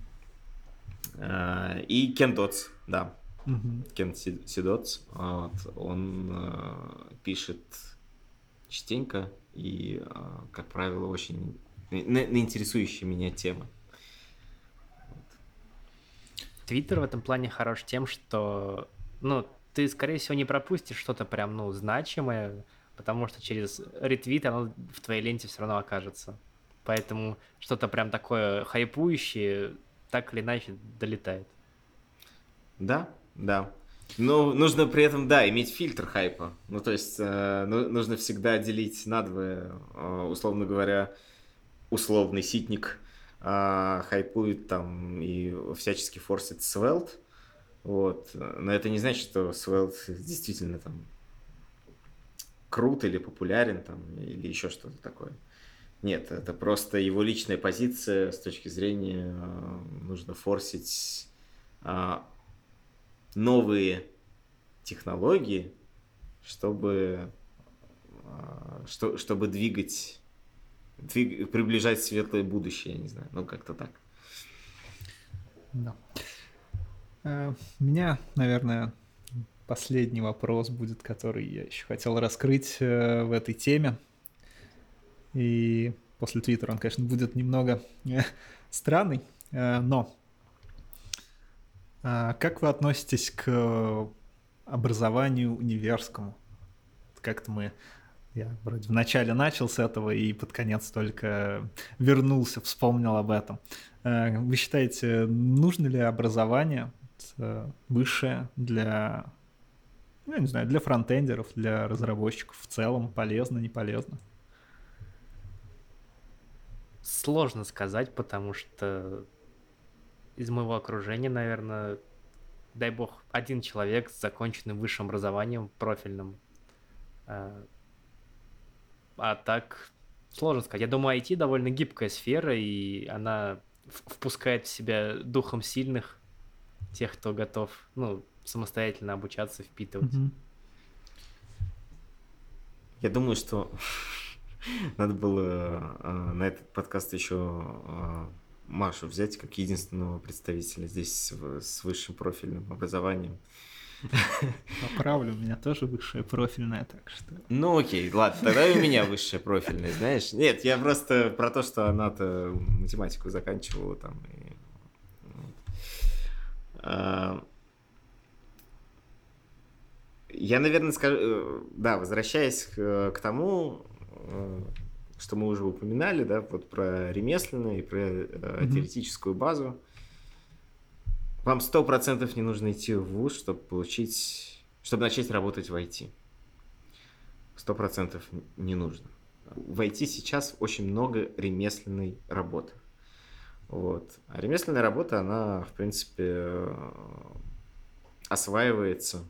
[SPEAKER 2] И Кен Дотс, да. Кен Сидотс, вот, он пишет частенько и, как правило, очень на интересующие меня темы.
[SPEAKER 1] Твиттер в этом плане хорош тем, что, ну, ты, скорее всего, не пропустишь что-то прям, ну, значимое, потому что через ретвит оно в твоей ленте все равно окажется. Поэтому что-то прям такое хайпующее так или иначе долетает.
[SPEAKER 2] Да, да. Но нужно при этом, да, иметь фильтр хайпа. Ну, то есть нужно всегда делить надвое, условно говоря, условный ситник хайпует там и всячески форсит Svelte. Вот. Но это не значит, что Svelte действительно там крут или популярен там, или еще что-то такое. Нет, это просто его личная позиция с точки зрения нужно форсить новые технологии, чтобы двигать, приближать светлое будущее, я не знаю, ну как-то так.
[SPEAKER 3] Да. У меня, наверное, последний вопрос будет, который я еще хотел раскрыть в этой теме. И после Твиттера он, конечно, будет немного странный, но как вы относитесь к образованию универскому? Как-то я вроде в начале начал с этого и под конец только вернулся, вспомнил об этом. Вы считаете, нужно ли образование высшее для, ну, я не знаю, для фронтендеров, для разработчиков в целом? Полезно, не полезно?
[SPEAKER 1] Сложно сказать, потому что из моего окружения, наверное, дай бог, один человек с законченным высшим образованием профильным. А так сложно сказать. Я думаю, IT довольно гибкая сфера, и она впускает в себя духом сильных тех, кто готов, ну, самостоятельно обучаться, впитывать.
[SPEAKER 2] Я думаю, что надо было на этот подкаст еще Машу взять как единственного представителя здесь с высшим профильным образованием.
[SPEAKER 3] Поправлю, у меня тоже высшее профильное, так что...
[SPEAKER 2] Ну окей, ладно, тогда и у меня высшее профильное, знаешь. Нет, я просто про то, что она-то математику заканчивала там. Я, наверное, скажу, да, возвращаясь к тому, что мы уже упоминали, да, вот про ремесленное и про теоретическую базу. Вам 100% не нужно идти в вуз, чтобы начать работать в IT. 100% не нужно. В IT сейчас очень много ремесленной работы. Вот. А ремесленная работа, она, в принципе, осваивается,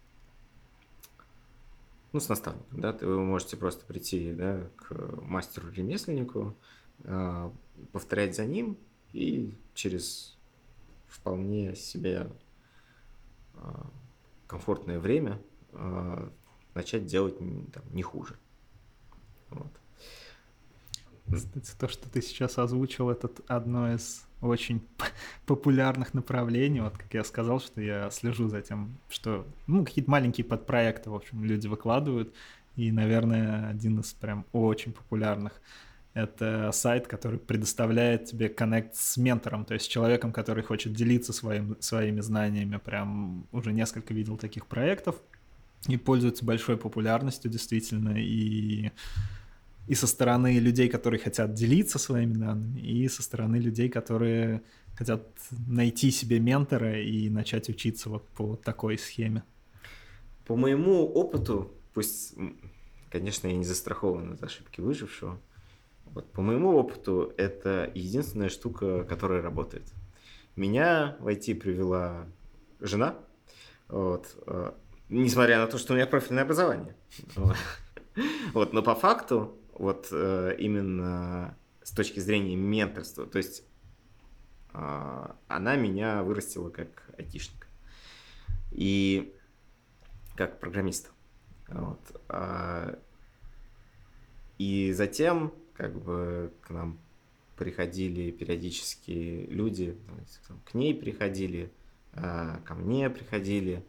[SPEAKER 2] ну, с наставником, да, вы можете просто прийти, да, к мастеру-ремесленнику, повторять за ним и через вполне себе комфортное время начать делать там, не хуже. Вот.
[SPEAKER 3] Кстати, то, что ты сейчас озвучил, это одно из очень популярных направлений. Вот как я сказал, что я слежу за тем, что какие-то маленькие подпроекты, в общем, люди выкладывают. И, наверное, один из прям очень популярных — это сайт, который предоставляет тебе коннект с ментором, то есть человеком, который хочет делиться своими знаниями. Прям уже несколько видел таких проектов и пользуется большой популярностью, действительно, и со стороны людей, которые хотят делиться своими данными, и со стороны людей, которые хотят найти себе ментора и начать учиться вот по такой схеме.
[SPEAKER 2] По моему опыту, пусть, конечно, я не застрахован от ошибки выжившего, вот, по моему опыту это единственная штука, которая работает. Меня в IT привела жена, вот, Несмотря на то, что у меня профильное образование. Вот, но по факту, вот именно с точки зрения менторства, то есть она меня вырастила как айтишника и как программиста. Вот. И затем как бы к нам приходили периодически люди, к ней приходили, ко мне приходили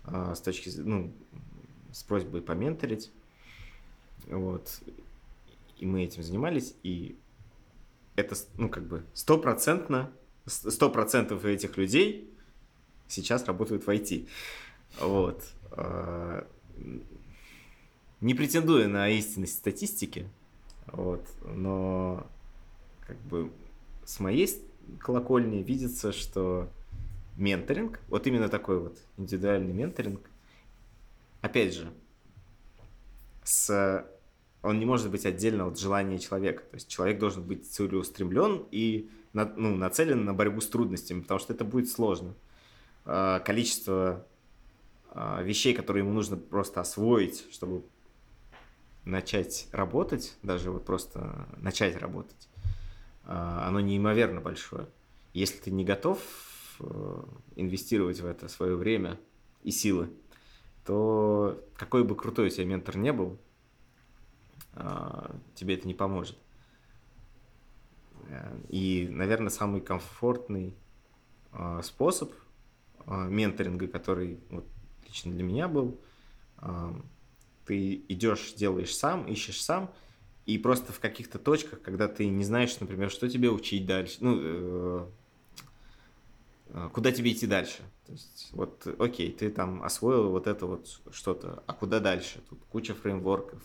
[SPEAKER 2] с просьбой поменторить. Вот. И мы этим занимались, и это, 100% этих людей сейчас работают в IT. Вот. Не претендуя на истинность статистики, вот, но как бы с моей колокольни видится, что менторинг, вот именно такой вот индивидуальный менторинг, опять же, он не может быть отдельно от желания человека. То есть человек должен быть целеустремлен и нацелен на борьбу с трудностями, потому что это будет сложно. Количество вещей, которые ему нужно просто освоить, чтобы начать работать, даже вот просто начать работать, оно неимоверно большое. Если ты не готов инвестировать в это свое время и силы, то какой бы крутой у тебя ментор не был, тебе это не поможет. И, наверное, самый комфортный способ менторинга, который вот лично для меня был, ты идешь, делаешь сам, ищешь сам, и просто в каких-то точках, когда ты не знаешь, например, что тебе учить дальше, куда тебе идти дальше. То есть, вот, окей, ты там освоил вот это вот что-то, а куда дальше? Тут куча фреймворков.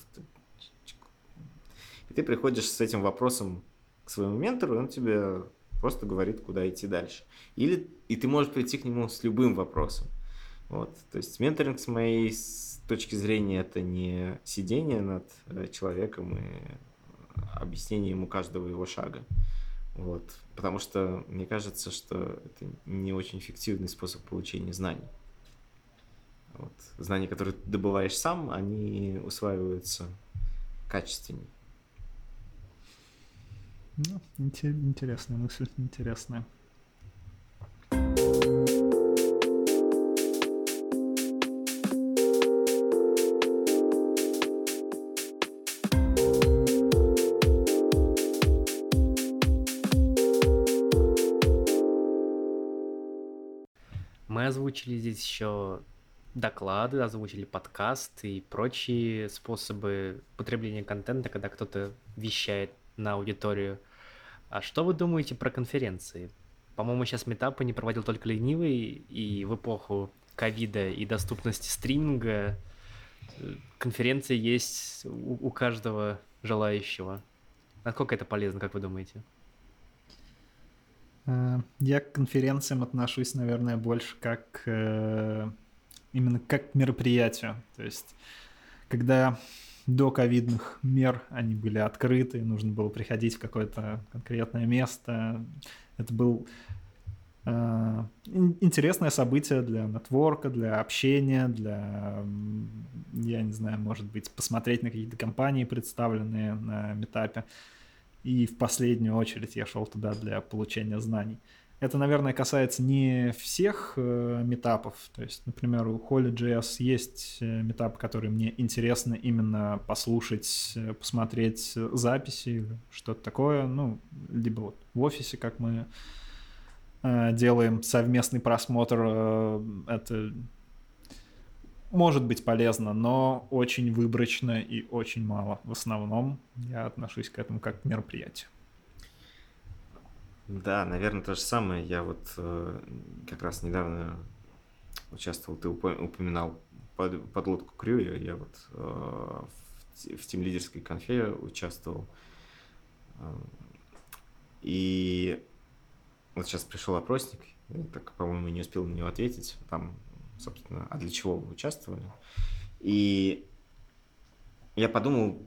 [SPEAKER 2] И ты приходишь с этим вопросом к своему ментору, и он тебе просто говорит, куда идти дальше. И ты можешь прийти к нему с любым вопросом. Вот. То есть менторинг, с моей точки зрения, это не сидение над человеком и объяснение ему каждого его шага. Вот. Потому что мне кажется, что это не очень эффективный способ получения знаний. Вот. Знания, которые ты добываешь сам, они усваиваются качественнее.
[SPEAKER 3] Ну, интересная мысль, интересная.
[SPEAKER 1] Мы озвучили здесь еще доклады, озвучили подкасты и прочие способы потребления контента, когда кто-то вещает на аудиторию. А что вы думаете про конференции? По-моему, сейчас митапы не проводил только ленивый, и в эпоху ковида и доступности стриминга конференции есть у каждого желающего. Насколько это полезно, как вы думаете?
[SPEAKER 3] Я к конференциям отношусь, наверное, больше как именно как к мероприятию. То есть, когда до ковидных мер они были открыты, нужно было приходить в какое-то конкретное место. Это был интересное событие для нетворка, для общения, для, я не знаю, может быть, посмотреть на какие-то компании, представленные на митапе. И в последнюю очередь я шел туда для получения знаний. Это, наверное, касается не всех митапов. То есть, например, у Holy.js есть митап, который мне интересно именно послушать, посмотреть записи или что-то такое. Ну, либо вот в офисе, как мы делаем совместный просмотр. Это может быть полезно, но очень выборочно и очень мало. В основном я отношусь к этому как к мероприятию.
[SPEAKER 2] Да, наверное, то же самое. Я вот как раз недавно участвовал, ты упоминал подлодку Крю, я вот в тимлидерской конфе участвовал. И вот сейчас пришел опросник, я так, по-моему, не успел на него ответить. Там, собственно, а для чего вы участвовали? И я подумал,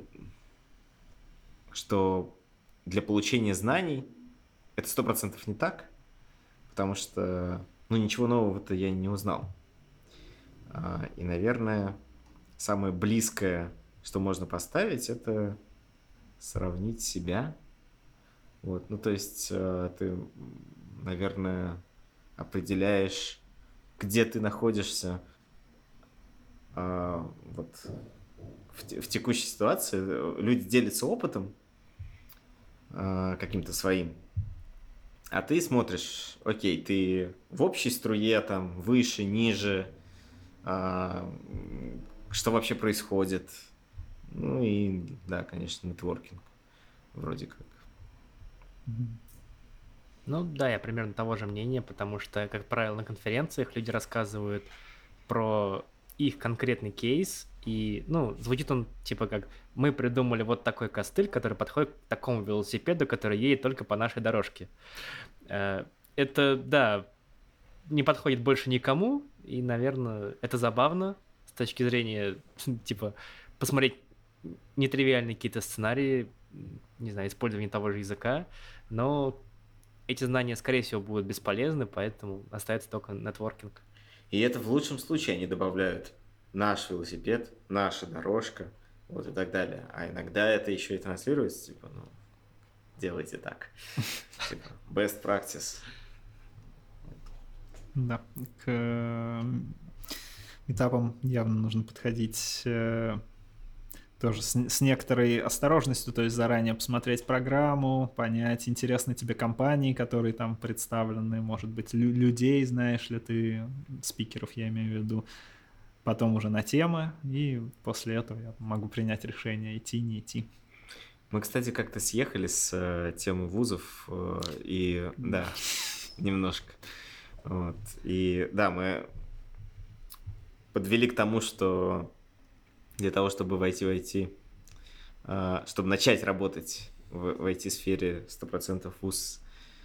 [SPEAKER 2] что для получения знаний это 100% не так, потому что, ничего нового-то я не узнал. И, наверное, самое близкое, что можно поставить, это сравнить себя. Вот. Ну, то есть ты, наверное, определяешь, где ты находишься вот в текущей ситуации. Люди делятся опытом каким-то своим, а ты смотришь, окей, ты в общей струе, там, выше, ниже, что вообще происходит. Ну и, да, конечно, нетворкинг вроде как.
[SPEAKER 1] Ну да, я примерно того же мнения, потому что, как правило, на конференциях люди рассказывают про их конкретный кейс, и, ну, звучит он типа как «мы придумали вот такой костыль, который подходит к такому велосипеду, который едет только по нашей дорожке». Это, да, не подходит больше никому, и, наверное, это забавно с точки зрения, типа, посмотреть нетривиальные какие-то сценарии, не знаю, использование того же языка, но эти знания, скорее всего, будут бесполезны, поэтому остается только нетворкинг.
[SPEAKER 2] И это в лучшем случае они добавляют наш велосипед, наша дорожка, вот и так далее. А иногда это еще и транслируется, типа, ну, делайте так. Типа, best practice.
[SPEAKER 3] Да, к этапам явно нужно подходить тоже с некоторой осторожностью, то есть заранее посмотреть программу, понять, интересны тебе компании, которые там представлены, может быть, людей, знаешь ли ты, спикеров я имею в виду, потом уже на темы, и после этого я могу принять решение, идти, не идти.
[SPEAKER 2] Мы, кстати, как-то съехали с темы вузов, и, да, немножко. Вот. И, да, мы подвели к тому, что для того, чтобы войти в IT, чтобы начать работать в IT-сфере, 100% вуз,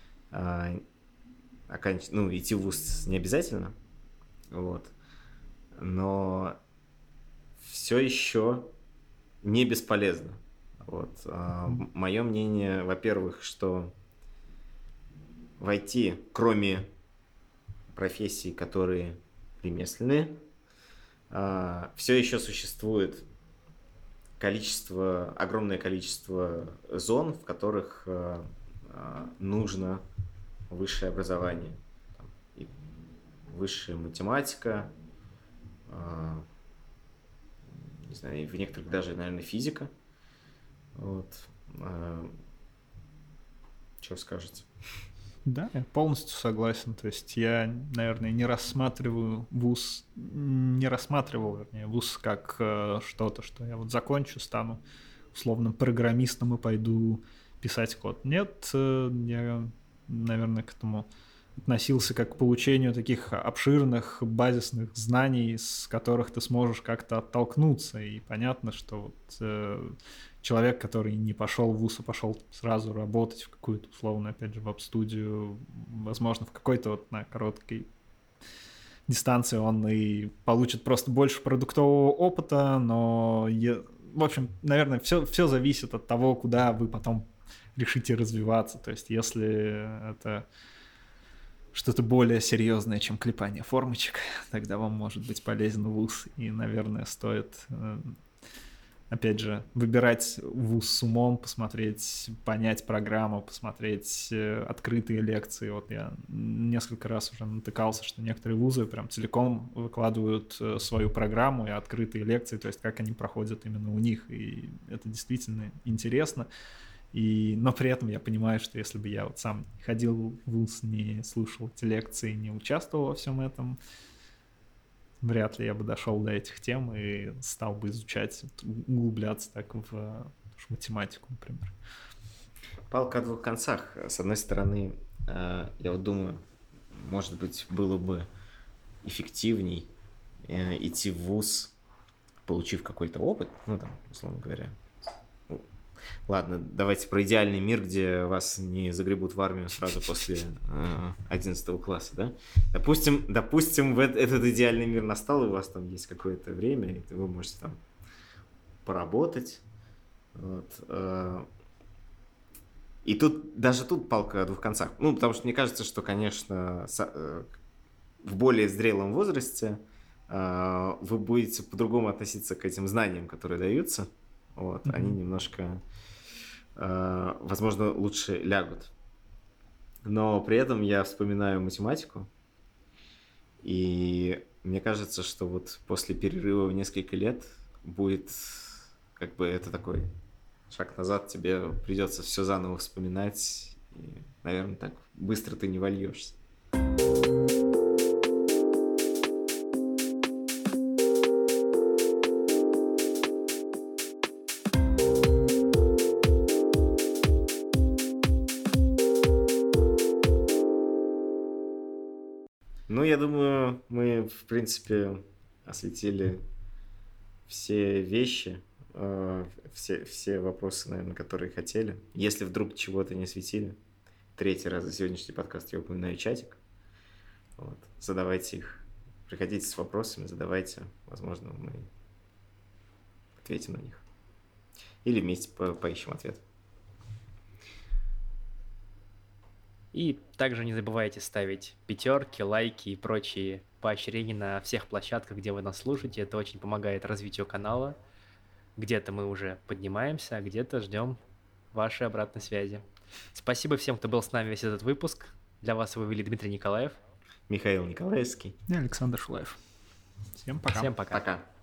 [SPEAKER 2] ну, идти в вуз не обязательно, вот, но все еще не бесполезно. Вот. Мое мнение, во-первых, что в IT, кроме профессий, которые ремесленные, все еще существует огромное количество зон, в которых нужно высшее образование. И высшая математика, не знаю, в некоторых даже, наверное, физика. Вот. Что скажете?
[SPEAKER 3] Да, я полностью согласен. То есть я, наверное, не рассматривал вуз как что-то, что я вот закончу, стану условным программистом и пойду писать код. Нет, я, наверное, к этому относился как к получению таких обширных базисных знаний, с которых ты сможешь как-то оттолкнуться. И понятно, что вот человек, который не пошел в вуз, а пошел сразу работать в какую-то, условно, опять же, веб-студию, возможно, в какой-то вот на короткой дистанции он и получит просто больше продуктового опыта, но, в общем, наверное, все зависит от того, куда вы потом решите развиваться. То есть если это что-то более серьезное, чем клепание формочек, тогда вам может быть полезен вуз. И, наверное, стоит, опять же, выбирать вуз с умом, посмотреть, понять программу, посмотреть открытые лекции. Вот я несколько раз уже натыкался, что некоторые вузы прям целиком выкладывают свою программу и открытые лекции, то есть как они проходят именно у них. И это действительно интересно. Но при этом я понимаю, что если бы я вот сам ходил в вуз, не слушал эти лекции, не участвовал во всем этом, вряд ли я бы дошел до этих тем и стал бы изучать, углубляться так в математику, например.
[SPEAKER 2] Палка о двух концах. С одной стороны, я вот думаю, может быть, было бы эффективней идти в вуз, получив какой-то опыт, ну там, условно говоря. Ладно, давайте про идеальный мир, где вас не загребут в армию сразу после 11 класса, да? Допустим, этот идеальный мир настал, и у вас там есть какое-то время, и вы можете там поработать. Вот. И даже тут палка о двух концах. Ну, потому что мне кажется, что, конечно, в более зрелом возрасте вы будете по-другому относиться к этим знаниям, которые даются. Вот, они немножко, возможно, лучше лягут. Но при этом я вспоминаю математику, и мне кажется, что вот после перерыва в несколько лет будет как бы это такой шаг назад, тебе придется все заново вспоминать, и, наверное, так быстро ты не вольешься. Ну, я думаю, мы, в принципе, осветили все вещи, все вопросы, наверное, которые хотели. Если вдруг чего-то не осветили, 3-й раз за сегодняшний подкаст я упоминаю чатик. Вот. Задавайте их. Приходите с вопросами, задавайте. Возможно, мы ответим на них. Или вместе поищем ответ.
[SPEAKER 1] И также не забывайте ставить 5, лайки и прочие поощрения на всех площадках, где вы нас слушаете. Это очень помогает развитию канала. Где-то мы уже поднимаемся, а где-то ждем вашей обратной связи. Спасибо всем, кто был с нами весь этот выпуск. Для вас его вели Дмитрий Николаев,
[SPEAKER 2] Михаил Николаевский
[SPEAKER 3] и Александр Шулаев. Всем пока.
[SPEAKER 1] Всем пока.
[SPEAKER 2] Пока.